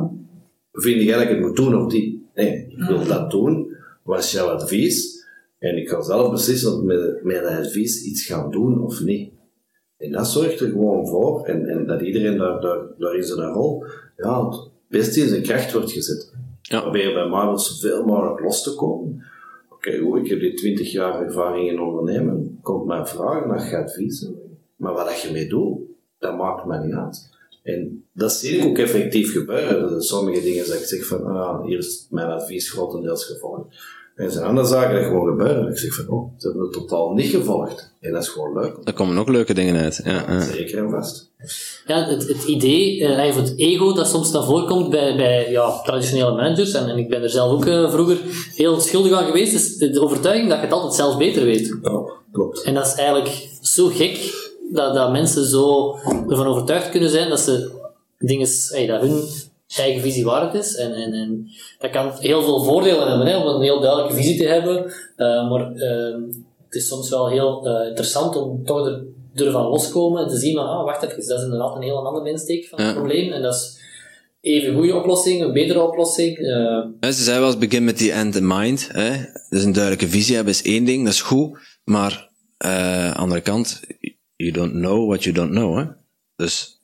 [SPEAKER 1] vind jij dat ik het moet doen of niet? Nee, ik wil dat doen. Wat is jouw advies? En ik kan zelf beslissen of met dat advies iets gaan doen of niet. En dat zorgt er gewoon voor, en dat iedereen daar in zijn rol, het beste in zijn kracht wordt gezet. Ja. Probeer bij Marbles zoveel mogelijk los te komen. Oké, ik heb die 20 jaar ervaring in ondernemen. Komt mij vragen, dan ga je advies. Maar wat je mee doet, dat maakt mij niet uit. En dat zie ik ook effectief gebeuren. Sommige dingen dat ik zeg van, hier is mijn advies grotendeels gevolgd. En er zijn andere zaken die gewoon gebeuren. Ik zeg van, ze hebben het totaal niet gevolgd. En dat is gewoon leuk.
[SPEAKER 2] Er komen ook leuke dingen uit. Ja.
[SPEAKER 1] Zeker en vast.
[SPEAKER 4] Ja, het idee, eigenlijk het ego dat soms dan voorkomt bij traditionele managers, en ik ben er zelf ook vroeger heel schuldig aan geweest, is de overtuiging dat je het altijd zelf beter weet.
[SPEAKER 1] Ja, klopt.
[SPEAKER 4] En dat is eigenlijk zo gek, dat mensen zo ervan overtuigd kunnen zijn dat ze dingen, dat hun eigen visie waard is. En dat kan heel veel voordelen hebben, om een heel duidelijke visie te hebben. Maar het is soms wel heel interessant om toch er durven loskomen en te zien van, wacht even, dat is inderdaad een heel andere insteek van het probleem. En dat is even goede oplossing, een betere oplossing.
[SPEAKER 2] Ze zei wel eens, begin met die end in mind. Dus een duidelijke visie hebben is één ding, dat is goed. Maar aan de andere kant, you don't know what you don't know. Hè? Dus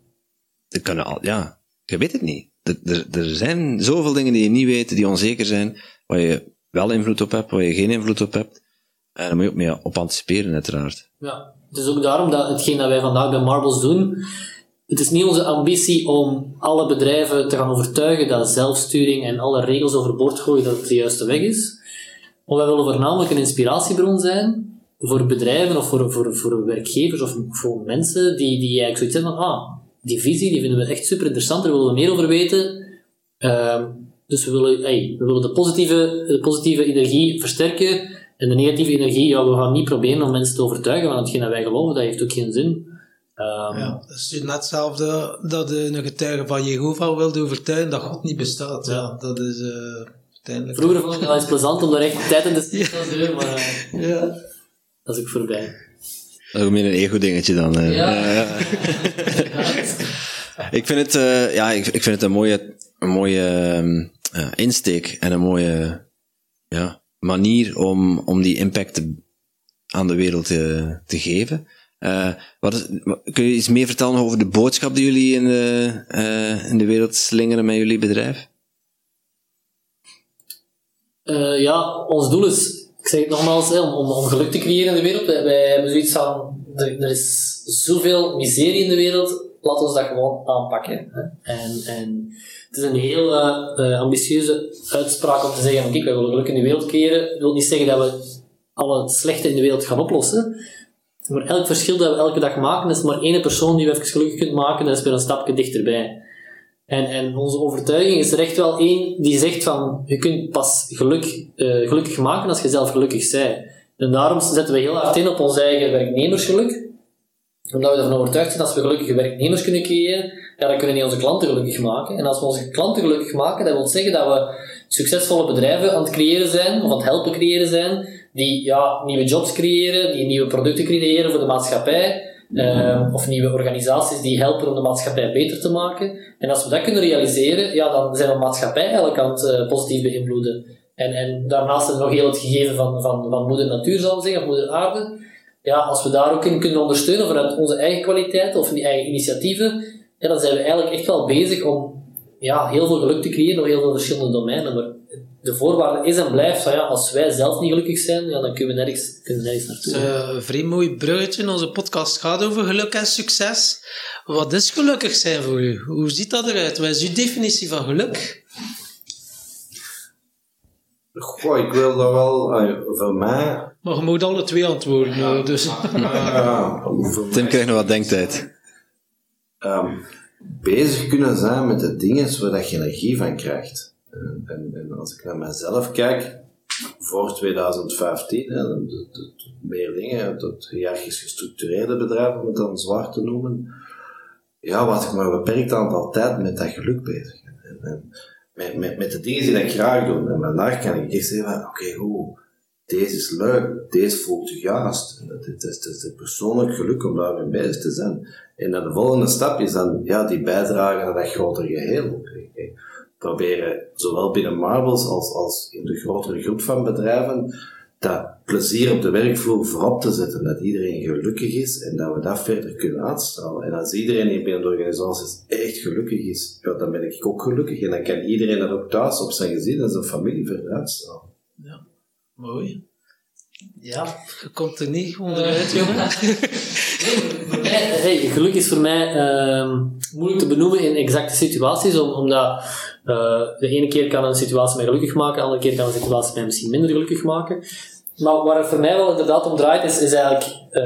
[SPEAKER 2] je weet het niet. Er zijn zoveel dingen die je niet weet, die onzeker zijn, waar je wel invloed op hebt, waar je geen invloed op hebt. En daar moet je ook mee op anticiperen, uiteraard.
[SPEAKER 4] Ja, het is ook daarom dat hetgeen dat wij vandaag bij Marbles doen, het is niet onze ambitie om alle bedrijven te gaan overtuigen dat zelfsturing en alle regels overboord gooien dat het de juiste weg is. Maar wij willen voornamelijk een inspiratiebron zijn voor bedrijven of voor werkgevers of voor mensen die eigenlijk zoiets hebben van, die visie die vinden we echt super interessant, daar willen we meer over weten. Dus we willen de positieve energie versterken en de negatieve energie, we gaan niet proberen om mensen te overtuigen van hetgeen dat wij geloven, dat heeft ook geen zin.
[SPEAKER 3] Dat is net hetzelfde dat een getuige van Jehovah wilde overtuigen dat God niet bestaat. Ja, dat is uiteindelijk...
[SPEAKER 4] Vroeger vond ik dat eens plezant om de rechte tijd in de stil te doen, maar dat is ook voorbij.
[SPEAKER 2] Dat is ook meer een ego-dingetje dan. Ik vind het een mooie insteek en een mooie manier om die impact aan de wereld te geven. Kun je iets meer vertellen over de boodschap die jullie in de wereld slingeren met jullie bedrijf?
[SPEAKER 4] Ons doel is, ik zeg het nogmaals, om geluk te creëren in de wereld. Wij hebben zoiets van, er is zoveel miserie in de wereld, laat ons dat gewoon aanpakken. Hè. En het is een heel ambitieuze uitspraak om te zeggen, kijk, wij willen geluk in de wereld creëren. Dat wil niet zeggen dat we alle het slechte in de wereld gaan oplossen. Maar elk verschil dat we elke dag maken, is maar één persoon die we even gelukkig kunt maken, dat is weer een stapje dichterbij. En onze overtuiging is er echt wel één die zegt van, je kunt pas gelukkig maken als je zelf gelukkig bent. En daarom zetten we heel hard in op ons eigen werknemersgeluk. Omdat we ervan overtuigd zijn, als we gelukkige werknemers kunnen creëren, dan kunnen die onze klanten gelukkig maken. En als we onze klanten gelukkig maken, dat wil zeggen dat we succesvolle bedrijven aan het creëren zijn, of aan het helpen creëren zijn, die nieuwe jobs creëren, die nieuwe producten creëren voor de maatschappij, of nieuwe organisaties die helpen om de maatschappij beter te maken. En als we dat kunnen realiseren, dan zijn we de maatschappij eigenlijk aan het positief beïnvloeden. En daarnaast is er nog heel het gegeven van moeder natuur, zal ik zeggen, of moeder aarde. Ja, als we daar ook in kunnen ondersteunen vanuit onze eigen kwaliteit of die eigen initiatieven, dan zijn we eigenlijk echt wel bezig om heel veel geluk te creëren op heel veel verschillende domeinen. Maar de voorwaarde is en blijft van als wij zelf niet gelukkig zijn, dan kunnen we nergens naartoe.
[SPEAKER 3] Een vrij mooi bruggetje. Onze podcast gaat over geluk en succes. Wat is gelukkig zijn voor u? Hoe ziet dat eruit? Wat is uw definitie van geluk?
[SPEAKER 1] Goh, ik wil dat wel, voor mij...
[SPEAKER 3] Maar je moet alle twee antwoorden. Dus.
[SPEAKER 2] Tim krijgt nog wat denktijd.
[SPEAKER 1] Bezig kunnen zijn met de dingen waar je energie van krijgt. En als ik naar mezelf kijk, voor 2015, meer dingen, tot hiërarchisch gestructureerde bedrijven, om het dan zwaar te noemen, was ik maar een beperkt aantal tijd met dat geluk bezig. En met de dingen die ik graag doe. En vandaag kan ik echt zeggen van, oké, deze is leuk, deze voelt je juist. Het is persoonlijk geluk om daarmee bezig te zijn. En dan de volgende stap is dan die bijdrage naar dat grotere geheel. Proberen, zowel binnen Marbles als in de grotere groep van bedrijven, dat plezier op de werkvloer voorop te zetten. Dat iedereen gelukkig is en dat we dat verder kunnen uitstralen. En als iedereen die binnen de organisaties echt gelukkig is, dan ben ik ook gelukkig. En dan kan iedereen dat ook thuis op zijn gezin en zijn familie verder uitstralen.
[SPEAKER 3] Ja, mooi. Ja, je komt er niet onderuit, jongen.
[SPEAKER 4] Geluk is voor mij moeilijk te benoemen in exacte situaties, omdat de ene keer kan een situatie mij gelukkig maken, de andere keer kan een situatie mij misschien minder gelukkig maken. Maar waar het voor mij wel inderdaad om draait, is eigenlijk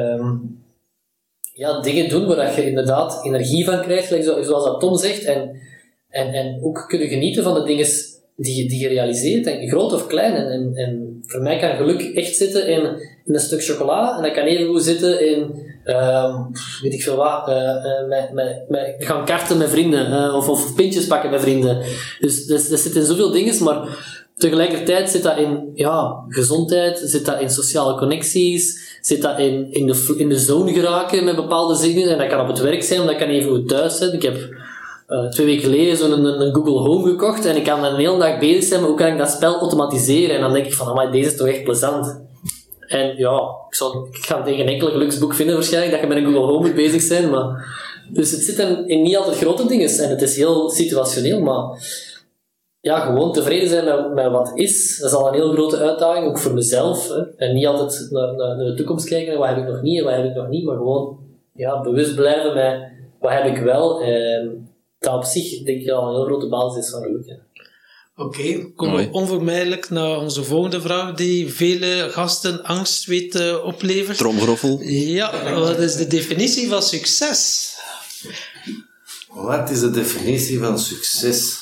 [SPEAKER 4] dingen doen waar je inderdaad energie van krijgt, zoals dat Tom zegt, en ook kunnen genieten van de dingen die je realiseert, en groot of klein. En voor mij kan geluk echt zitten in een stuk chocola, en dat kan even goed zitten in weet ik veel wat, gaan karten met vrienden, of pintjes pakken met vrienden. Dus dat zit in zoveel dingen, maar tegelijkertijd zit dat in gezondheid, zit dat in sociale connecties, zit dat in de zone geraken met bepaalde dingen, en dat kan op het werk zijn, dat kan even goed thuis zijn. Ik heb 2 weken geleden zo'n Google Home gekocht, en ik kan een hele dag bezig zijn, maar hoe kan ik dat spel automatiseren? En dan denk ik van, deze is toch echt plezant. En ik ga tegen enkele geluksboek vinden waarschijnlijk, dat je met een Google Home moet bezig zijn, maar... Dus het zit in niet altijd grote dingen, en het is heel situationeel, maar... gewoon tevreden zijn met wat is, dat is al een heel grote uitdaging, ook voor mezelf. Hè. En niet altijd naar de toekomst kijken, wat heb ik nog niet en wat heb ik nog niet, maar gewoon bewust blijven met wat heb ik wel. Dat op zich, denk ik, al een heel grote basis is van geluk. Hè.
[SPEAKER 3] Oké, komen we onvermijdelijk naar onze volgende vraag, die vele gasten angst weet oplevert.
[SPEAKER 2] Tromgeroffel.
[SPEAKER 3] Ja, wat is de definitie van succes?
[SPEAKER 1] Wat is de definitie van succes?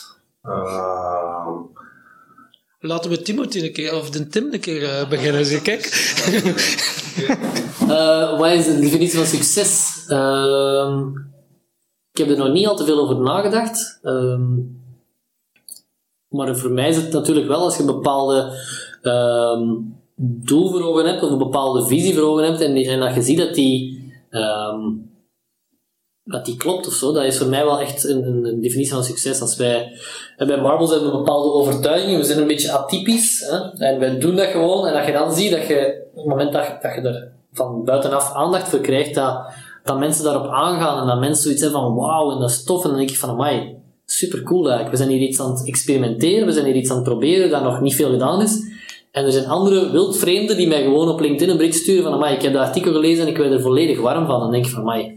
[SPEAKER 3] Laten we Timothy een keer, of de Tim een keer beginnen. Zie, kijk.
[SPEAKER 4] Wat is de definitie van succes? Ik heb er nog niet al te veel over nagedacht. Maar voor mij is het natuurlijk wel, als je een bepaalde doel voor ogen hebt, of een bepaalde visie voor ogen hebt, en dat je ziet dat die dat die klopt of zo. Dat is voor mij wel echt een definitie van succes. Als wij bij Marbles hebben een bepaalde overtuiging, we zijn een beetje atypisch, hè? En wij doen dat gewoon, en dat je dan ziet dat je, op het moment dat je er van buitenaf aandacht voor krijgt, dat mensen daarop aangaan en dat mensen zoiets hebben van wauw, en dat is tof, en dan denk ik van amai, supercool eigenlijk. We zijn hier iets aan het experimenteren, we zijn hier iets aan het proberen dat nog niet veel gedaan is. En er zijn andere wildvreemden die mij gewoon op LinkedIn een bericht sturen van amai, ik heb dat artikel gelezen en ik werd er volledig warm van. En dan denk ik van amai,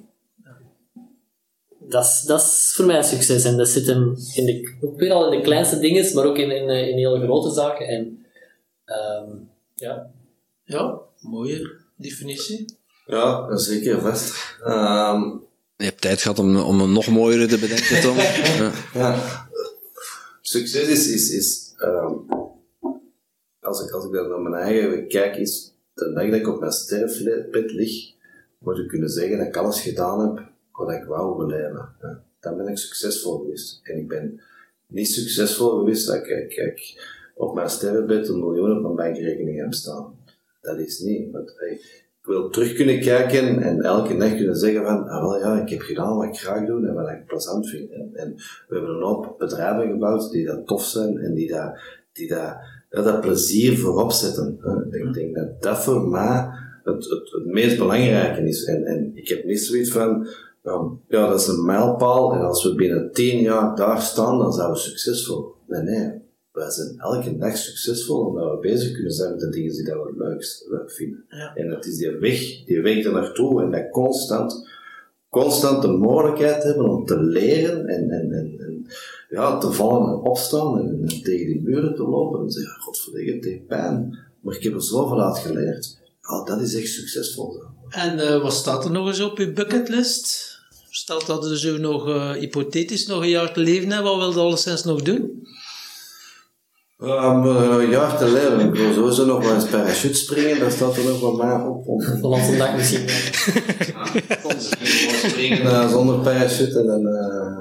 [SPEAKER 4] dat is voor mij een succes. En dat zit hem ook weer al in de kleinste dingen, maar ook in hele grote zaken. En ja.
[SPEAKER 3] Ja, mooie definitie.
[SPEAKER 1] Ja, zeker vast.
[SPEAKER 2] Je hebt tijd gehad om een nog mooiere te bedenken, Tom.
[SPEAKER 1] Ja. Succes is als ik dan naar mijn eigen kijk, is de dag dat ik op mijn sterfbed lig, moet ik kunnen zeggen dat ik alles gedaan heb wat ik wou beleven. Ja. Dan ben ik succesvol geweest. En ik ben niet succesvol geweest dat ik op mijn sterfbed 1 miljoen op mijn bankrekening heb staan. Dat is niet. Want, ik wil terug kunnen kijken en elke dag kunnen zeggen van, wel ja, ik heb gedaan wat ik graag doe en wat ik plezant vind. En we hebben een hoop bedrijven gebouwd die dat tof zijn en die dat plezier voorop zetten. Ik denk dat dat voor mij het meest belangrijke is. En ik heb niet zoiets van, ja, dat is een mijlpaal en als we binnen 10 jaar daar staan, dan zijn we succesvol. Nee. Wij zijn elke dag succesvol omdat we bezig kunnen zijn met de dingen die we het leukst vinden. Ja. En het is die weg er naartoe en dat constant de mogelijkheid hebben om te leren en te vallen en opstaan en tegen die muren te lopen en zeggen, godverdomme, het heeft pijn, maar ik heb er zoveel uit geleerd. Dat is echt succesvol.
[SPEAKER 3] En wat staat er nog eens op je bucketlist? Stelt dat er zo nog hypothetisch nog een jaar te leven hebt, wat wil je alleszins nog doen?
[SPEAKER 1] Een jaar te leven. Ik wil sowieso nog wel eens parachute springen, dat staat er nog wel maar op.
[SPEAKER 4] Zoals een dag misschien.
[SPEAKER 1] Springen zonder parachute en dan...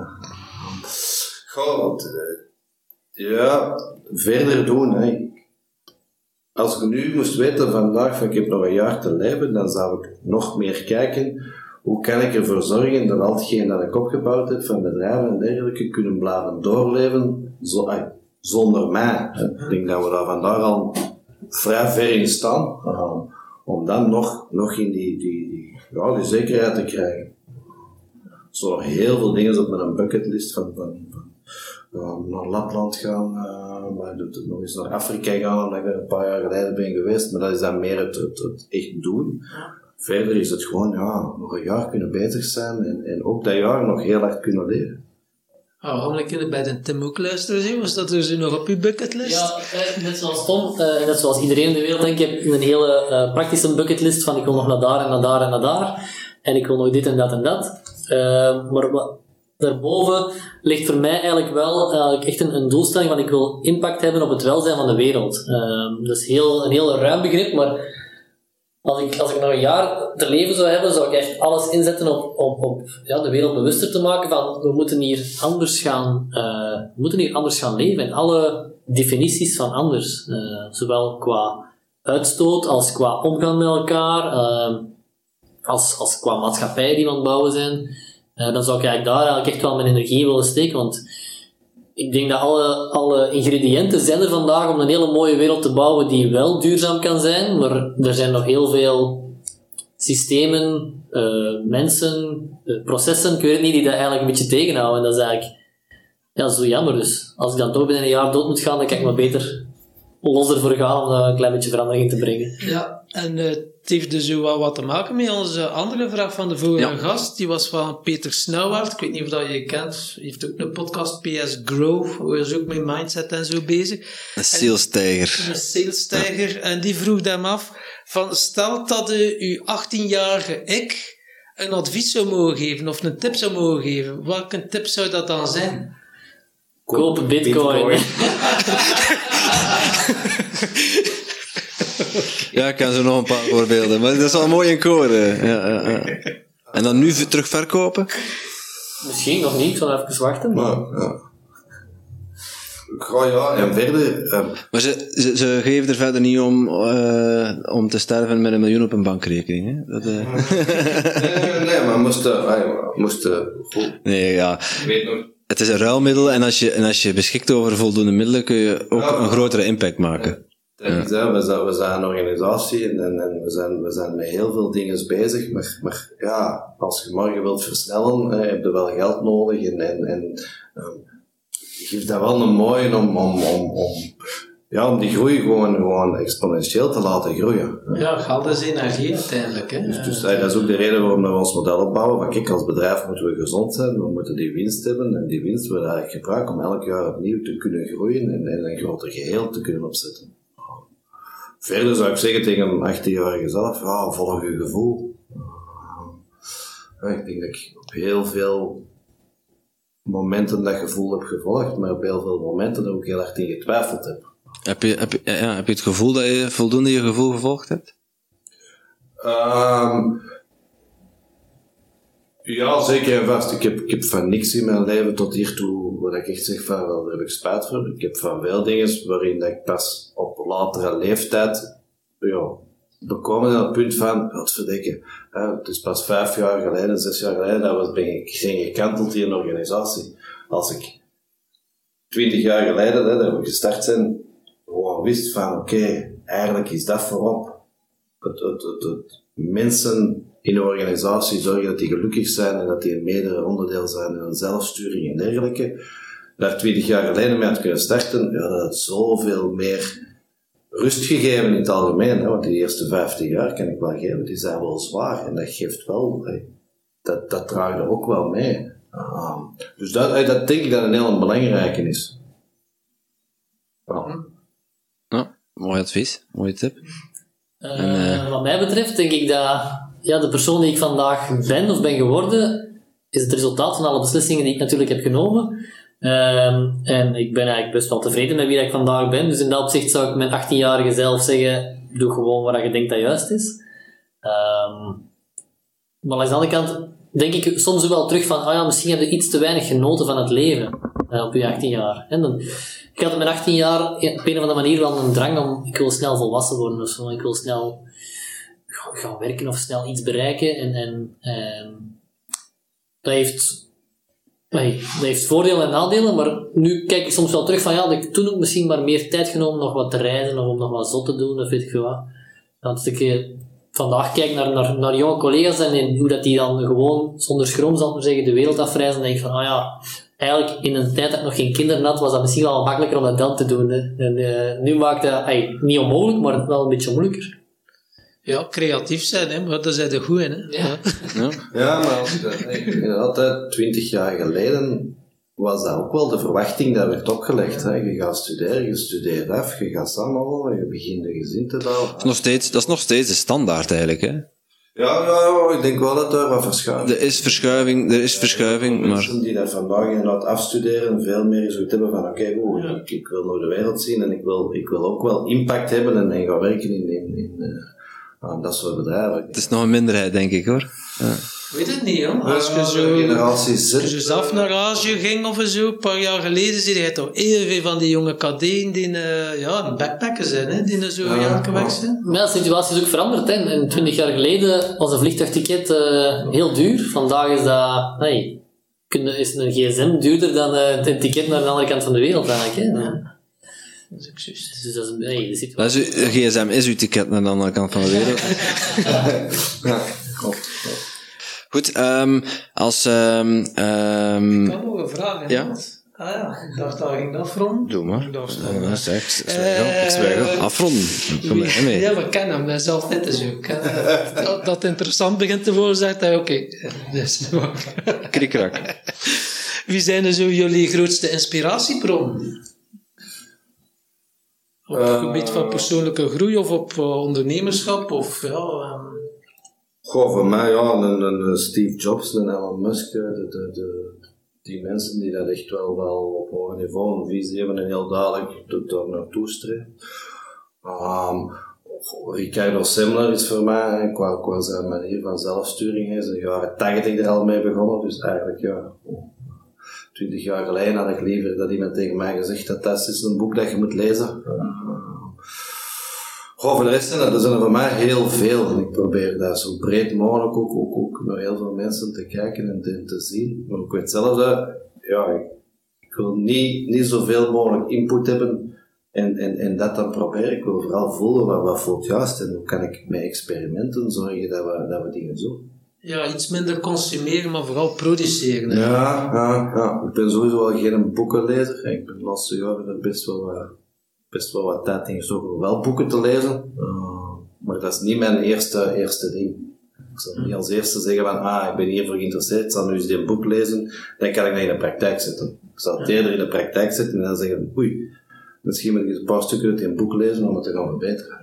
[SPEAKER 1] verder doen. Hè. Als ik nu moest weten vandaag van ik heb nog een jaar te leven, dan zou ik nog meer kijken hoe kan ik ervoor zorgen dat al hetgeen dat ik opgebouwd heb van bedrijven en dergelijke kunnen blijven doorleven zonder mij. Ik denk dat we daar vandaag al vrij ver in staan, om dan nog in die zekerheid te krijgen. Er zijn nog heel veel dingen op mijn bucketlist van naar Lapland gaan, maar nog eens naar Afrika gaan, omdat ik er een paar jaar geleden ben geweest, maar dat is dan meer het echt doen. Verder is het gewoon, nog een jaar kunnen bezig zijn en ook dat jaar nog heel hard kunnen leren.
[SPEAKER 3] We kunnen bij de Tim ook luisteren zien. Was dat dus nog op uw bucketlist?
[SPEAKER 4] Ja, net zoals Tom, net zoals iedereen in de wereld, denk ik, heb een hele praktische bucketlist van ik wil nog naar daar en naar daar en naar daar. En ik wil nog dit en dat en dat. Maar daarboven ligt voor mij eigenlijk wel echt een doelstelling van ik wil impact hebben op het welzijn van de wereld. Dat is een heel ruim begrip, maar als ik nog een jaar te leven zou hebben, zou ik echt alles inzetten op de wereld bewuster te maken van we moeten hier anders gaan leven. En alle definities van anders, zowel qua uitstoot als qua omgaan met elkaar, als qua maatschappij die we aan het bouwen zijn, dan zou ik eigenlijk daar echt wel mijn energie willen steken, want ik denk dat alle ingrediënten zijn er vandaag om een hele mooie wereld te bouwen die wel duurzaam kan zijn, maar er zijn nog heel veel systemen, mensen, processen, ik weet het niet, die dat eigenlijk een beetje tegenhouden. En dat is eigenlijk zo jammer. Dus als ik dan toch binnen een jaar dood moet gaan, dan kan ik maar beter los ervoor gaan om daar een klein beetje verandering in te brengen. Ja,
[SPEAKER 3] en het heeft dus wel wat te maken met onze andere vraag van de vorige gast. Die was van Peter Snauwaard. Ik weet niet of dat je kent. Hij heeft ook een podcast, PS Grow. Hij is ook met mindset en zo bezig.
[SPEAKER 2] Een salestijger.
[SPEAKER 3] Een salestijger. En die vroeg hem af van, stel dat uw 18-jarige ik een advies zou mogen geven of een tip zou mogen geven. Welke tip zou dat dan zijn?
[SPEAKER 4] Koop Bitcoin.
[SPEAKER 2] Ja, ik kan zo nog een paar voorbeelden, maar dat is wel mooi in koren. Ja. En dan nu terug verkopen?
[SPEAKER 4] Misschien nog niet, ik zal even wachten.
[SPEAKER 1] Maar, Ja, en verder...
[SPEAKER 2] Maar ze geven er verder niet om te sterven met 1 miljoen op een bankrekening, hè? Dat,
[SPEAKER 1] nee, maar moesten...
[SPEAKER 2] Nee, ja.
[SPEAKER 1] Ik weet nog...
[SPEAKER 2] Het is een ruilmiddel en als je beschikt over voldoende middelen kun je ook een grotere impact maken.
[SPEAKER 1] We zijn een organisatie en we zijn met heel veel dingen bezig, maar ja, als je morgen wilt versnellen, heb je wel geld nodig en geeft dat wel een mooie om die groei gewoon exponentieel te laten groeien.
[SPEAKER 3] Ja, geld is energie uiteindelijk. Hè?
[SPEAKER 1] Dus dat is ook de reden waarom we ons model opbouwen. Van kijk, als bedrijf moeten we gezond zijn, we moeten die winst hebben en die winst willen we eigenlijk gebruiken om elk jaar opnieuw te kunnen groeien en een groter geheel te kunnen opzetten. Verder zou ik zeggen tegen een 18-jarige zelf, volg je gevoel. Ik denk dat ik op heel veel momenten dat gevoel heb gevolgd, maar op heel veel momenten ook heel hard in getwijfeld heb.
[SPEAKER 2] Heb je het gevoel dat je voldoende je gevoel gevolgd hebt?
[SPEAKER 1] Ja, zeker en vast. Ik heb van niks in mijn leven tot hiertoe waar ik echt zeg van, wel, daar heb ik spijt voor. Ik heb van veel dingen waarin dat ik pas op latere leeftijd bekomen aan het punt van, wat verdikken. Het is pas 5 jaar geleden, 6 jaar geleden, ben ik gekanteld in een organisatie. Als ik 20 jaar geleden, dat we gestart zijn, gewoon wist van, oké, eigenlijk is dat voorop. Het mensen in de organisatie zorgen dat die gelukkig zijn en dat die een mede onderdeel zijn in een zelfsturing en dergelijke. Daar 20 jaar geleden mee had kunnen starten, dat had zoveel meer rust gegeven in het algemeen. Want die eerste 15 jaar kan ik wel geven, die zijn wel zwaar. En dat geeft wel, dat draagt er ook wel mee. Dus dat denk ik dat een heel belangrijke is.
[SPEAKER 2] Ja, mooi advies, mooie tip.
[SPEAKER 4] Wat mij betreft denk ik dat de persoon die ik vandaag ben of ben geworden, is het resultaat van alle beslissingen die ik natuurlijk heb genomen. En ik ben eigenlijk best wel tevreden met wie ik vandaag ben. Dus in dat opzicht zou ik mijn 18-jarige zelf zeggen, doe gewoon wat je denkt dat juist is. Maar aan de andere kant denk ik soms wel terug van, misschien heb je iets te weinig genoten van het leven op je 18 jaar. En ik had op mijn 18 jaar op een of andere manier wel een drang om, ik wil snel volwassen worden of zo. Ik wil snel gaan werken of snel iets bereiken. En dat heeft voordelen en nadelen, maar nu kijk ik soms wel terug van, dat ik toen ook misschien maar meer tijd genomen om nog wat te reizen of om nog wat zot te doen of weet ik veel wat. Dat ik vandaag kijk naar jonge collega's en hoe dat die dan gewoon zonder schroom, zal ik maar zeggen, de wereld afreizen, en denk ik van, eigenlijk in een tijd dat ik nog geen kinderen had, was dat misschien wel makkelijker om dat dan te doen. Hè. En nu maakt dat niet onmogelijk, maar wel een beetje moeilijker.
[SPEAKER 3] Ja, creatief zijn, hè, maar daar zijn de goed in. Hè.
[SPEAKER 1] Ja, maar altijd 20 jaar geleden was dat ook wel de verwachting dat werd opgelegd. Hè. Je gaat studeren, je studeert af, je gaat samenwonen, je begint een gezin te bouwen.
[SPEAKER 2] Dat is nog steeds de standaard eigenlijk, hè?
[SPEAKER 1] Ja, ik denk wel dat er wat verschuiving
[SPEAKER 2] is. Er is verschuiving, maar...
[SPEAKER 1] Mensen die dat vandaag inderdaad afstuderen, veel meer zoiets hebben van, ik wil nog de wereld zien en ik wil ook wel impact hebben en gaan werken in dat soort bedrijven.
[SPEAKER 2] Het is nog een minderheid, denk ik, hoor. Ja.
[SPEAKER 3] Weet het niet, hoor. Als je zelf naar Azië ging of zo, een paar jaar geleden, zie je toch heel veel van die jonge kadeten die een backpacker zijn, hè, die zo jaren weg zijn.
[SPEAKER 4] Maar de situatie is ook veranderd. Hè. En 20 jaar geleden was een vliegtuigticket heel duur. Vandaag is dat... is een gsm duurder dan een ticket naar de andere kant van de wereld eigenlijk. Hè. Ja.
[SPEAKER 3] Dat is ook juist.
[SPEAKER 4] Dus dat is de situatie.
[SPEAKER 2] GSM is uw ticket naar de andere kant van de wereld.
[SPEAKER 1] Ja, klopt.
[SPEAKER 2] Goed, als...
[SPEAKER 3] Ik kan nog een vraag, hè?
[SPEAKER 2] Ja?
[SPEAKER 3] Ik dacht dat ging afronden.
[SPEAKER 2] Doe maar.
[SPEAKER 3] Ik
[SPEAKER 2] Zwijgel. Afronden. Kom maar mee.
[SPEAKER 3] Ja, we kennen hem. Dat is altijd zo. Dat het interessant begint te worden, zegt hij, oké. Dus,
[SPEAKER 2] Krikrak.
[SPEAKER 3] wie zijn er zo jullie grootste inspiratiebronnen? Op het gebied van persoonlijke groei of op ondernemerschap? Of,
[SPEAKER 1] voor mij, een Steve Jobs, een Elon Musk, die mensen die dat echt wel op hoog niveau een visie hebben en heel duidelijk daar naartoe streven. Ricardo Semler is voor mij, qua zijn manier van zelfsturing, is in de jaren 80 er al mee begonnen, dus eigenlijk 20 jaar geleden had ik liever dat iemand tegen mij gezegd dat dat is een boek dat je moet lezen. Voor de rest zijn er voor mij heel veel. En ik probeer dat zo breed mogelijk ook naar heel veel mensen te kijken en te zien. Maar ik weet zelf dat, ik wil niet zoveel mogelijk input hebben en dat dan proberen. Ik wil vooral voelen wat voelt juist en hoe kan ik met experimenten zorgen dat we dingen doen.
[SPEAKER 3] Ja, iets minder consumeren, maar vooral produceren. Hè?
[SPEAKER 1] Ja. Ik ben sowieso wel geen boekenlezer. Ik ben de laatste jaren er best wel wat tijd in gezocht om wel boeken te lezen. Maar dat is niet mijn eerste ding. Ik zal niet als eerste zeggen van, ik ben hiervoor geïnteresseerd, ik zal nu eens dit boek lezen, dan kan ik dat in de praktijk zetten. Ik zal het eerder in de praktijk zetten en dan zeggen, misschien moet ik eens een paar stukken uit een boek lezen om het te gaan verbeteren.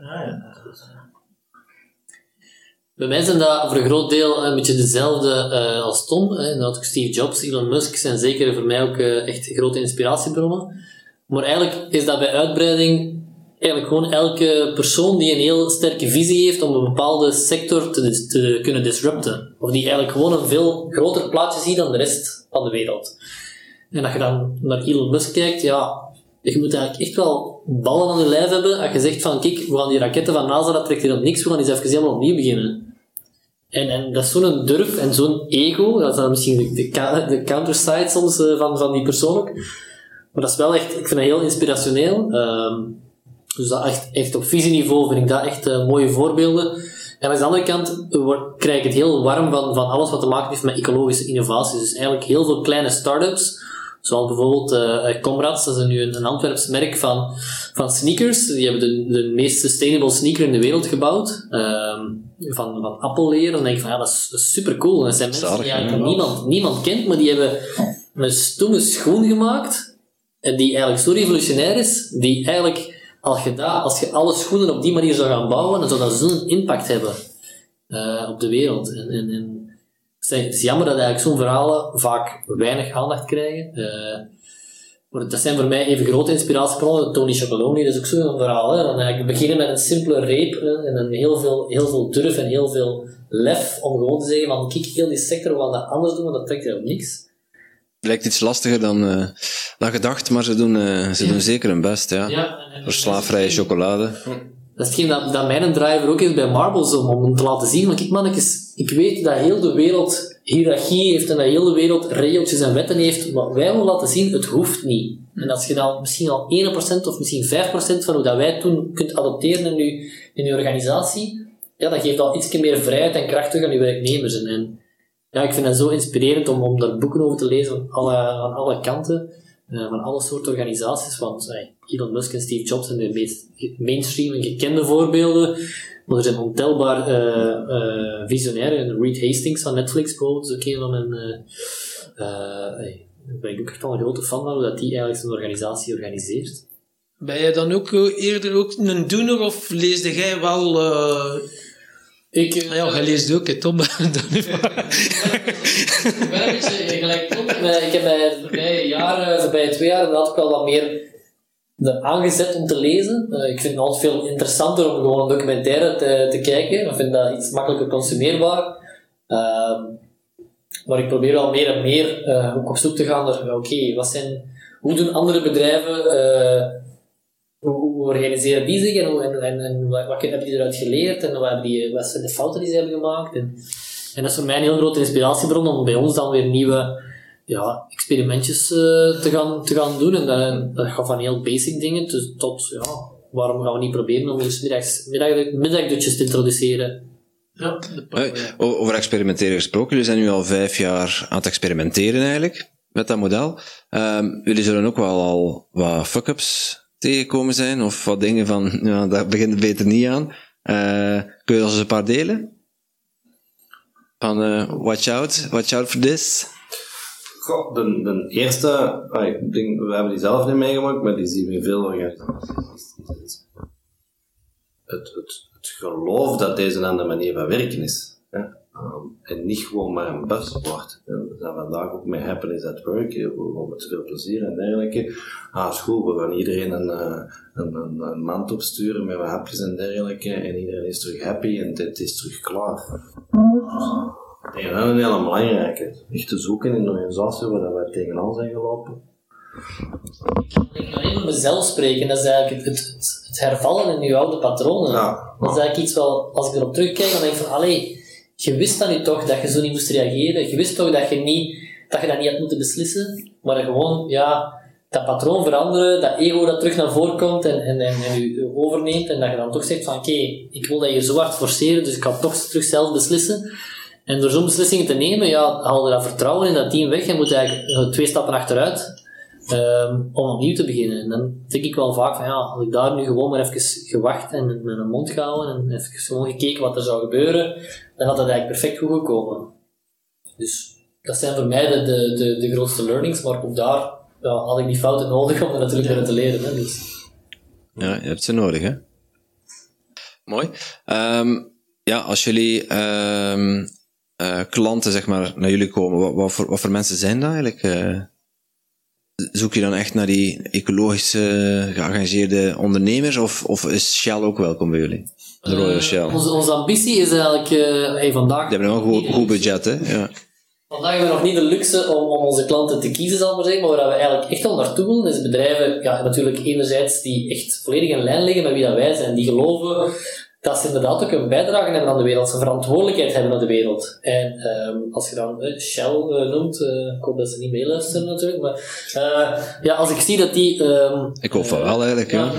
[SPEAKER 4] Bij mij zijn dat voor een groot deel een beetje dezelfde als Tom. Dan had ik Steve Jobs, Elon Musk zijn zeker voor mij ook echt grote inspiratiebronnen. Maar eigenlijk is dat bij uitbreiding eigenlijk gewoon elke persoon die een heel sterke visie heeft om een bepaalde sector te kunnen disrupten. Of die eigenlijk gewoon een veel groter plaatje ziet dan de rest van de wereld. En als je dan naar Elon Musk kijkt, je moet eigenlijk echt wel ballen aan je lijf hebben. Als je zegt van, kijk, we gaan die raketten van NASA, dat trekt hier op niks, we gaan eens even helemaal opnieuw beginnen. En dat is zo'n durf en zo'n ego, dat is dan misschien de counterside soms van die persoon ook. Maar dat is wel echt, ik vind dat heel inspirationeel. Dus dat echt op visieniveau vind ik dat echt mooie voorbeelden. En aan de andere kant krijg ik het heel warm van alles wat te maken heeft met ecologische innovaties. Dus eigenlijk heel veel kleine start-ups. Zoals bijvoorbeeld Comrades, dat is nu een Antwerps merk van sneakers. Die hebben de meest sustainable sneaker in de wereld gebouwd. Van appelleer. Dan denk ik van, dat is super cool. En dat zijn mensen die eigenlijk niemand kent, maar die hebben een stomme schoen gemaakt. En die eigenlijk zo revolutionair is, die eigenlijk, als je alle schoenen op die manier zou gaan bouwen, dan zou dat zo'n impact hebben op de wereld. Het is jammer dat eigenlijk zo'n verhalen vaak weinig aandacht krijgen. Maar dat zijn voor mij even grote inspiratiebronnen. Tony Chocolonely, dat is ook zo'n verhaal. Dan eigenlijk beginnen met een simpele reep en dan heel veel durf en heel veel lef om gewoon te zeggen van, kijk, heel die sector, we gaan dat anders doen, want dat trekt er op niks.
[SPEAKER 2] Lijkt iets lastiger dan gedacht, maar ze doen zeker hun best, ja. Voor slaafvrije chocolade.
[SPEAKER 4] Dat is hetgeen dat mijn driver ook is bij Marbles, om te laten zien, want kijk mannetjes, ik weet dat heel de wereld hiërarchie heeft en dat heel de wereld regeltjes en wetten heeft, maar wij willen laten zien, het hoeft niet. En als je dan misschien al 1% of misschien 5% van hoe dat wij toen kunt adopteren in je organisatie, dan geeft dat iets meer vrijheid en kracht terug aan je werknemers. En ik vind het zo inspirerend om daar boeken over te lezen van alle kanten, van alle soorten organisaties, want Elon Musk en Steve Jobs zijn de meest mainstream en gekende voorbeelden, maar er zijn ontelbaar visionairen. Reed Hastings van Netflix bijvoorbeeld, is ook een van mijn... daar ben ik ook echt al een grote fan van, hoe dat die eigenlijk zijn organisatie organiseert.
[SPEAKER 3] Ben jij dan ook eerder ook een doener, of leesde jij wel... jij leest ook, Tom.
[SPEAKER 4] Ik ben een beetje gelijk Tom. Ik heb bij voorbij 2 jaar inderdaad ook wel wat meer aangezet om te lezen. Ik vind het altijd veel interessanter om gewoon een documentaire te kijken. Ik vind dat iets makkelijker consumeerbaar. Maar ik probeer wel meer en meer ook op zoek te gaan naar, hoe doen andere bedrijven... Hoe organiseren die zich en wat hebben die eruit geleerd en wat zijn de fouten die ze hebben gemaakt. En dat is voor mij een heel grote inspiratiebron om bij ons dan weer nieuwe experimentjes te gaan doen. En dat gaat van heel basic dingen tot waarom gaan we niet proberen om eens middagdutjes te introduceren.
[SPEAKER 3] Ja,
[SPEAKER 2] over experimenteren gesproken, jullie zijn nu al 5 jaar aan het experimenteren eigenlijk met dat model. Jullie zullen ook wel al wat fuck-ups tegengekomen zijn, of wat dingen van, daar begint het beter niet aan. Kun je als een paar delen? Van, watch out for this.
[SPEAKER 1] Goh, de eerste, ik denk, we hebben die zelf niet meegemaakt, maar die zien we in veel organisaties. Het geloof dat deze een andere manier van werken is. En niet gewoon maar een buzzword. We zijn vandaag ook met happiness at work, met veel plezier en dergelijke. Is goed, we gaan iedereen een mand opsturen met wat hapjes en dergelijke, en iedereen is terug happy en het is terug klaar. Ik denk dat een hele belangrijke. Echt te zoeken in de organisatie waar wij tegenaan zijn gelopen.
[SPEAKER 4] Ik kan alleen voor mezelf spreken, dat is eigenlijk het hervallen in je oude patronen.
[SPEAKER 1] Ja.
[SPEAKER 4] Dat is eigenlijk iets wel, als ik erop terugkijk, dan denk ik van, allee, je wist dan nu toch dat je zo niet moest reageren, je wist toch dat je dat niet had moeten beslissen, maar gewoon, ja, dat patroon veranderen, dat ego dat terug naar voren komt en je overneemt, en dat je dan toch zegt van, oké, ik wil dat je zo hard forceren, dus ik kan toch terug zelf beslissen. En door zo'n beslissingen te nemen, ja, haal je dat vertrouwen in dat team weg en moet eigenlijk 2 stappen achteruit. Om opnieuw te beginnen. En dan denk ik wel vaak van ja, als ik daar nu gewoon maar even gewacht en met mijn mond gehouden en even gewoon gekeken wat er zou gebeuren, dan had dat eigenlijk perfect goed gekomen. Dus dat zijn voor mij de grootste learnings, maar ook daar had ik die fouten nodig om er natuurlijk weer te leren. Hè, dus.
[SPEAKER 2] Ja, je hebt ze nodig, hè? Mooi. Als jullie klanten zeg maar naar jullie komen, wat voor mensen zijn dat eigenlijk? Zoek je dan echt naar die ecologische, geëngageerde ondernemers, of is Shell ook welkom bij jullie? De Royal Shell.
[SPEAKER 4] Onze ambitie is eigenlijk vandaag...
[SPEAKER 2] Die hebben wel een goed budget, hè? Ja.
[SPEAKER 4] Vandaag hebben we nog niet de luxe om onze klanten te kiezen, zal ik maar zeggen, maar waar we eigenlijk echt al naartoe willen, is bedrijven, ja, natuurlijk enerzijds die echt volledig in lijn liggen met wie dat wij zijn, die geloven dat ze inderdaad ook een bijdrage hebben aan de wereld, ze verantwoordelijkheid hebben aan de wereld. En als je dan Shell noemt, ik hoop dat ze niet meeluisteren natuurlijk, maar als ik zie dat die...
[SPEAKER 2] ik hoop van wel eigenlijk, ja.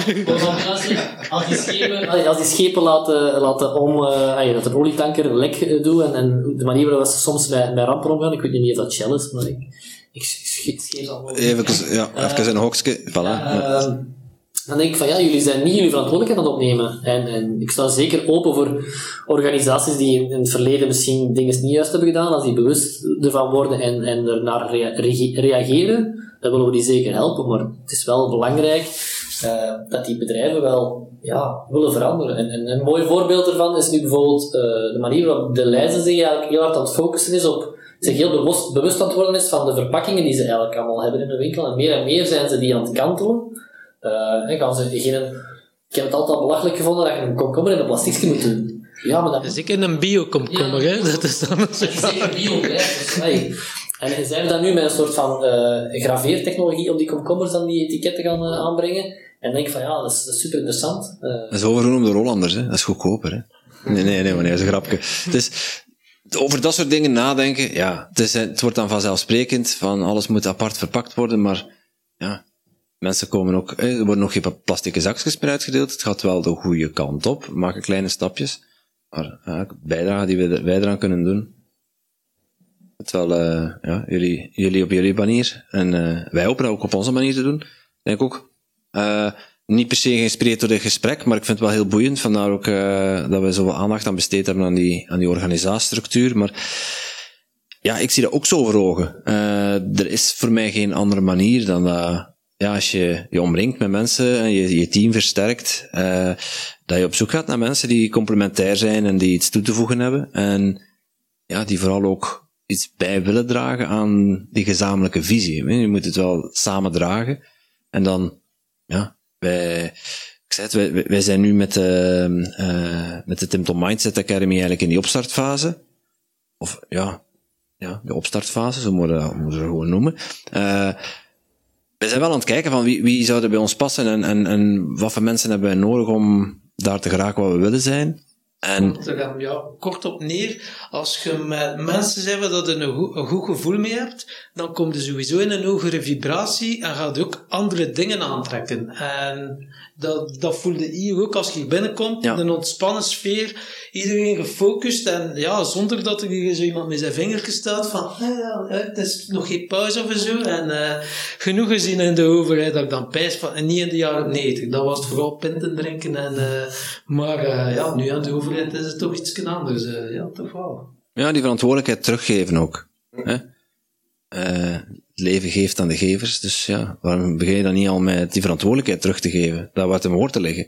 [SPEAKER 4] Als die schepen laten dat een olietanker een lek doet en de manier waarop ze soms met rampen omgaan, ik weet niet of dat Shell is, maar ik scheer al...
[SPEAKER 2] Even een hokje, voilà.
[SPEAKER 4] Dan denk ik van ja, jullie zijn niet jullie verantwoordelijkheid aan het opnemen. En ik sta zeker open voor organisaties die in het verleden misschien dingen niet juist hebben gedaan, als die bewust ervan worden en er naar reageren, dan willen we die zeker helpen. Maar het is wel belangrijk dat die bedrijven wel willen veranderen. En een mooi voorbeeld ervan is nu bijvoorbeeld de manier waarop de lijzen zich eigenlijk heel hard aan het focussen is op zich heel bewust aan het worden is van de verpakkingen die ze eigenlijk allemaal hebben in de winkel. En meer zijn ze die aan het kantelen. Gaan ze ik heb het altijd belachelijk gevonden dat je een komkommer in een plasticje moet doen. Ja, maar dat
[SPEAKER 3] is zeker een bio-komkommer, hè? Dat is dan
[SPEAKER 4] zeker bio, hè? En zijn we dan nu met een soort van graveertechnologie op die komkommers dan die etiketten gaan aanbrengen? En dan denk ik van ja, dat is super interessant.
[SPEAKER 2] Dat is overgenomen door Hollanders, hè? Dat is goedkoper, hè? Nee, dat is een grapje. Dus over dat soort dingen nadenken, ja, het wordt dan vanzelfsprekend van alles moet apart verpakt worden, maar ja, mensen komen ook, er worden nog geen plastic zakjes meer uitgedeeld. Het gaat wel de goede kant op. We maken kleine stapjes. Maar bijdrage die wij eraan kunnen doen. Het wel, jullie op jullie manier. En wij hopen dat ook op onze manier te doen. Denk ook. Niet per se geïnspireerd door dit gesprek, maar ik vind het wel heel boeiend. Vandaar ook dat we zoveel aandacht aan besteed hebben aan die organisatiestructuur. Maar ja, ik zie dat ook zo voor ogen. Er is voor mij geen andere manier dan dat. Ja, als je je omringt met mensen en je team versterkt, dat je op zoek gaat naar mensen die complementair zijn en die iets toe te voegen hebben. En ja, die vooral ook iets bij willen dragen aan die gezamenlijke visie. Je moet het wel samen dragen. En dan, ja, wij zijn nu met de Tim Tom Mindset Academy eigenlijk in die opstartfase. Of de opstartfase, zo moeten we het gewoon noemen. We zijn wel aan het kijken van wie zou er bij ons passen en wat voor mensen hebben wij nodig om daar te geraken waar we willen zijn. En
[SPEAKER 3] er gaan kort op neer, als je met mensen bent waar je een goed gevoel mee hebt, dan kom je sowieso in een hogere vibratie en gaat ook andere dingen aantrekken. En dat voelde hier ook als je binnenkomt, een ontspannen sfeer, iedereen gefocust en ja, zonder dat er zo iemand met zijn vinger staat van het is nog geen pauze of zo en genoeg gezien in de overheid dat ik dan pijs van, en niet in de jaren 90, dat was het vooral pinten drinken en maar nu aan de overheid is het toch iets anders, toch wel.
[SPEAKER 2] Ja, die verantwoordelijkheid teruggeven ook. Hè? Het leven geeft aan de gevers, dus ja, waarom begin je dan niet al met die verantwoordelijkheid terug te geven? Daar waar het hem hoort te liggen.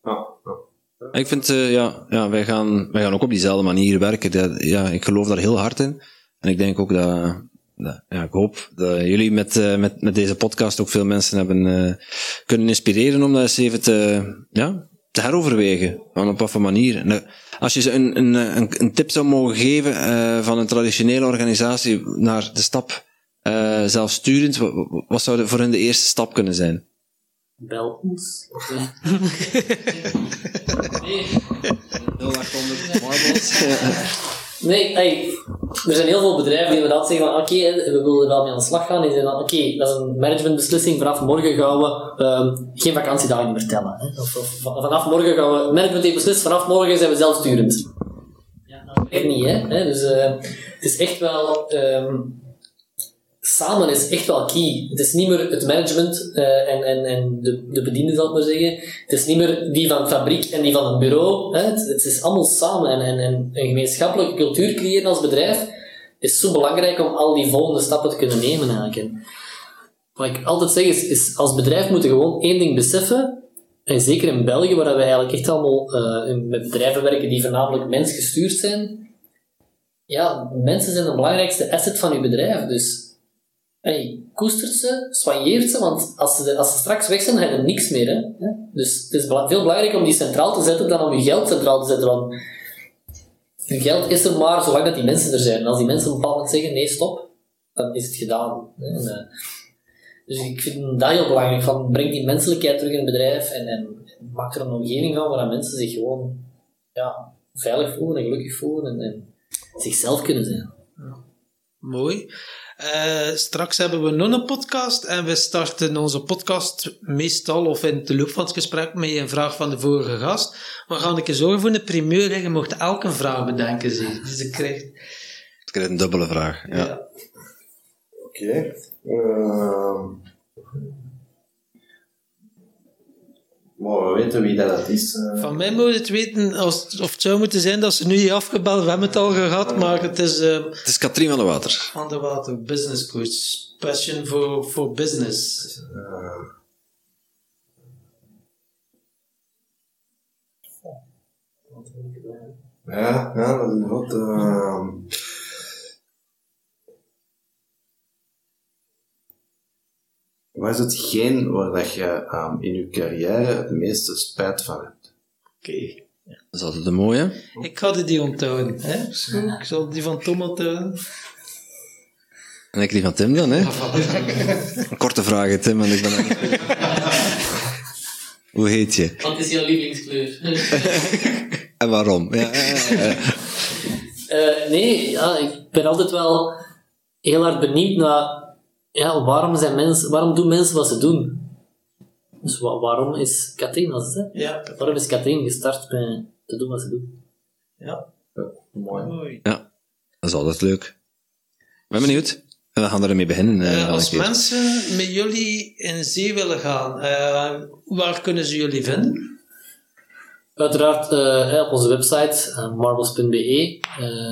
[SPEAKER 2] Ik vind, wij gaan ook op diezelfde manier werken. Ik geloof daar heel hard in. En ik denk ook ik hoop dat jullie met deze podcast ook veel mensen hebben kunnen inspireren om dat eens even te te heroverwegen. Op wat voor manier. Nou, als je ze een tip zou mogen geven van een traditionele organisatie naar de stap zelfsturend, wat zou voor hen de eerste stap kunnen zijn?
[SPEAKER 4] Bel ons. Nee.
[SPEAKER 2] 0800 Marbles.
[SPEAKER 4] Nee, er zijn heel veel bedrijven die inderdaad zeggen van oké, we willen er wel mee aan de slag gaan. Die zeggen dan oké, dat is een managementbeslissing. Vanaf morgen gaan we geen vakantiedagen meer tellen. Hè. Of vanaf morgen gaan we... Management heeft beslist, vanaf morgen zijn we zelfsturend. Ja, dat werkt niet, hè. Dus het is echt wel... samen is echt wel key. Het is niet meer het management en de bedienden, zal ik maar zeggen. Het is niet meer die van de fabriek en die van het bureau. Hè. Het is allemaal samen. En een gemeenschappelijke cultuur creëren als bedrijf is zo belangrijk om al die volgende stappen te kunnen nemen eigenlijk. En wat ik altijd zeg is als bedrijf moeten we gewoon één ding beseffen. En zeker in België, waar we eigenlijk echt allemaal met bedrijven werken die voornamelijk mensgestuurd zijn. Ja, mensen zijn de belangrijkste asset van je bedrijf. Dus koestert ze, soigneert ze, want als ze straks weg zijn, dan heb je niks meer. Hè? Dus het is veel belangrijker om die centraal te zetten dan om je geld centraal te zetten. Want je geld is er maar zolang dat die mensen er zijn. En als die mensen op een bepaald moment zeggen, nee, stop, dan is het gedaan. Dus ik vind dat heel belangrijk. Breng die menselijkheid terug in het bedrijf en maak er een omgeving van waar mensen zich gewoon veilig voelen en gelukkig voelen en zichzelf kunnen zijn.
[SPEAKER 3] Ja. Mooi. Straks hebben we nog een podcast en we starten onze podcast meestal of in de loop van het gesprek met een vraag van de vorige gast. We gaan een keer zorgen voor een primeur. Je mocht elk een vraag bedenken. Dus je krijgt
[SPEAKER 2] een dubbele vraag. Ja.
[SPEAKER 1] Oké. Maar we weten wie dat is.
[SPEAKER 3] Van mij moet het weten of het zou moeten zijn dat ze nu hier afgebeld. We hebben het al gehad, maar het is...
[SPEAKER 2] Het is Katrien van de Water.
[SPEAKER 3] Van de Water, business coach. Passion for business.
[SPEAKER 1] Ja, dat is goed. Wat is hetgeen waar dat je in je carrière het meeste spijt van hebt?
[SPEAKER 3] Oké.
[SPEAKER 2] Dat is altijd een mooie.
[SPEAKER 3] Ik ga die onthouden. Hè? Ik zal die van Tom onthouden.
[SPEAKER 2] En ik die van Tim dan, hè? Een korte vraag, Tim, want ik ben... Hoe heet je?
[SPEAKER 4] Wat is jouw lievelingskleur?
[SPEAKER 2] En waarom? Ja.
[SPEAKER 4] Ik ben altijd wel heel erg benieuwd naar... waarom doen mensen wat ze doen? Dus waarom is Katrien, was het, hè?
[SPEAKER 3] Ja.
[SPEAKER 4] Waarom is Katrien gestart met te doen wat ze doen?
[SPEAKER 3] Ja.
[SPEAKER 1] Mooi.
[SPEAKER 2] Ja, dat is altijd leuk. Ik ben benieuwd. We gaan ermee beginnen.
[SPEAKER 3] Als mensen met jullie in zee willen gaan, waar kunnen ze jullie vinden?
[SPEAKER 4] Uiteraard op onze website, marbles.be.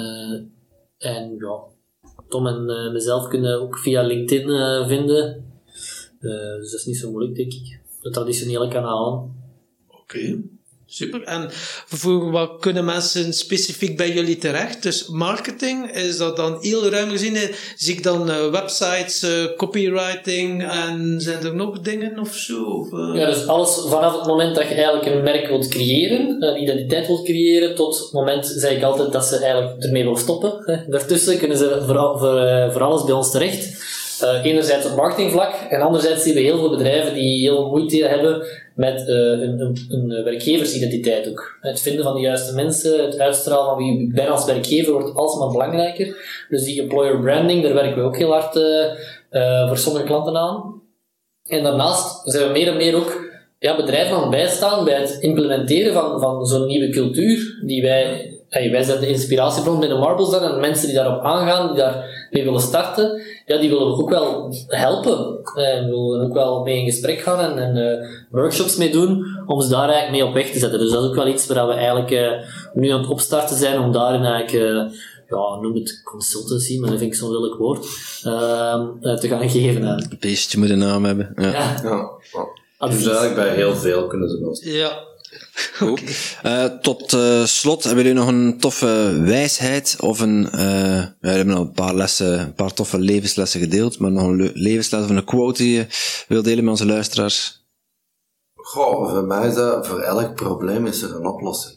[SPEAKER 4] En ja, Tom en mezelf kunnen ook via LinkedIn vinden. Dus dat is niet zo moeilijk, denk ik. De traditionele kanalen.
[SPEAKER 3] Oké. Super. En voor wat kunnen mensen specifiek bij jullie terecht? Dus marketing, is dat dan heel ruim gezien? Zie ik dan websites, copywriting en zijn er nog dingen of zo?
[SPEAKER 4] Ja, dus alles vanaf het moment dat je eigenlijk een merk wilt creëren, een identiteit wilt creëren, tot het moment, zeg ik altijd, dat ze eigenlijk ermee wil stoppen. Daartussen kunnen ze voor alles bij ons terecht. Enerzijds op marketingvlak en anderzijds zien we heel veel bedrijven die heel moeite hebben met een werkgeversidentiteit ook. Het vinden van de juiste mensen, het uitstralen van wie ik ben als werkgever wordt alsmaar belangrijker. Dus die employer branding, daar werken we ook heel hard voor sommige klanten aan. En daarnaast zijn we meer en meer ook bedrijven aan het bijstaan bij het implementeren van zo'n nieuwe cultuur die wij zijn de inspiratiebron binnen Marbles dan, en mensen die daarop aangaan, die daarmee willen starten, die willen we ook wel helpen. We willen ook wel mee in gesprek gaan en workshops mee doen, om ze daar eigenlijk mee op weg te zetten. Dus dat is ook wel iets waar we eigenlijk nu aan het opstarten zijn, om daarin eigenlijk, noem het consultancy, maar dat vind ik zo'n lelijk woord, te gaan geven.
[SPEAKER 2] Een beestje moet een naam hebben.
[SPEAKER 1] Ja. Dus eigenlijk bij heel veel kunnen ze wel.
[SPEAKER 3] Ja.
[SPEAKER 2] Goed. Tot slot hebben jullie nog een toffe wijsheid of we hebben al een paar toffe levenslessen gedeeld, maar nog een levensles of een quote die je wil delen met onze luisteraars?
[SPEAKER 1] Goh, voor mij is dat, voor elk probleem is er een oplossing.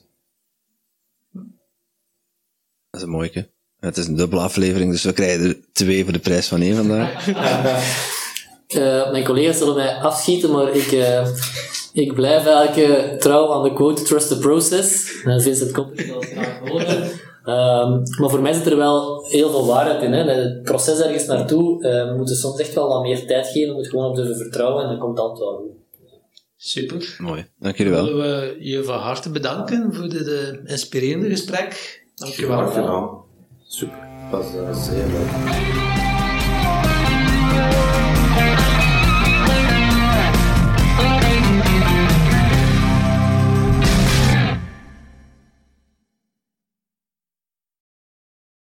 [SPEAKER 2] Dat is een mooie. Het is een dubbele aflevering, dus we krijgen er 2 voor de prijs van 1 vandaag.
[SPEAKER 4] Mijn collega's zullen mij afschieten, maar ik blijf eigenlijk trouw aan de quote Trust the process. Vincent Koppers zal het graag horen. Maar voor mij zit er wel heel veel waarheid in. Hè. Het proces ergens naartoe, we moeten soms echt wel wat meer tijd geven, we moeten gewoon op durven vertrouwen en dan komt dat wel goed.
[SPEAKER 3] Super.
[SPEAKER 2] Mooi, dank jullie wel.
[SPEAKER 3] Willen we je van harte bedanken voor dit inspirerende gesprek. Dank je wel.
[SPEAKER 1] Super, dat was zeer leuk.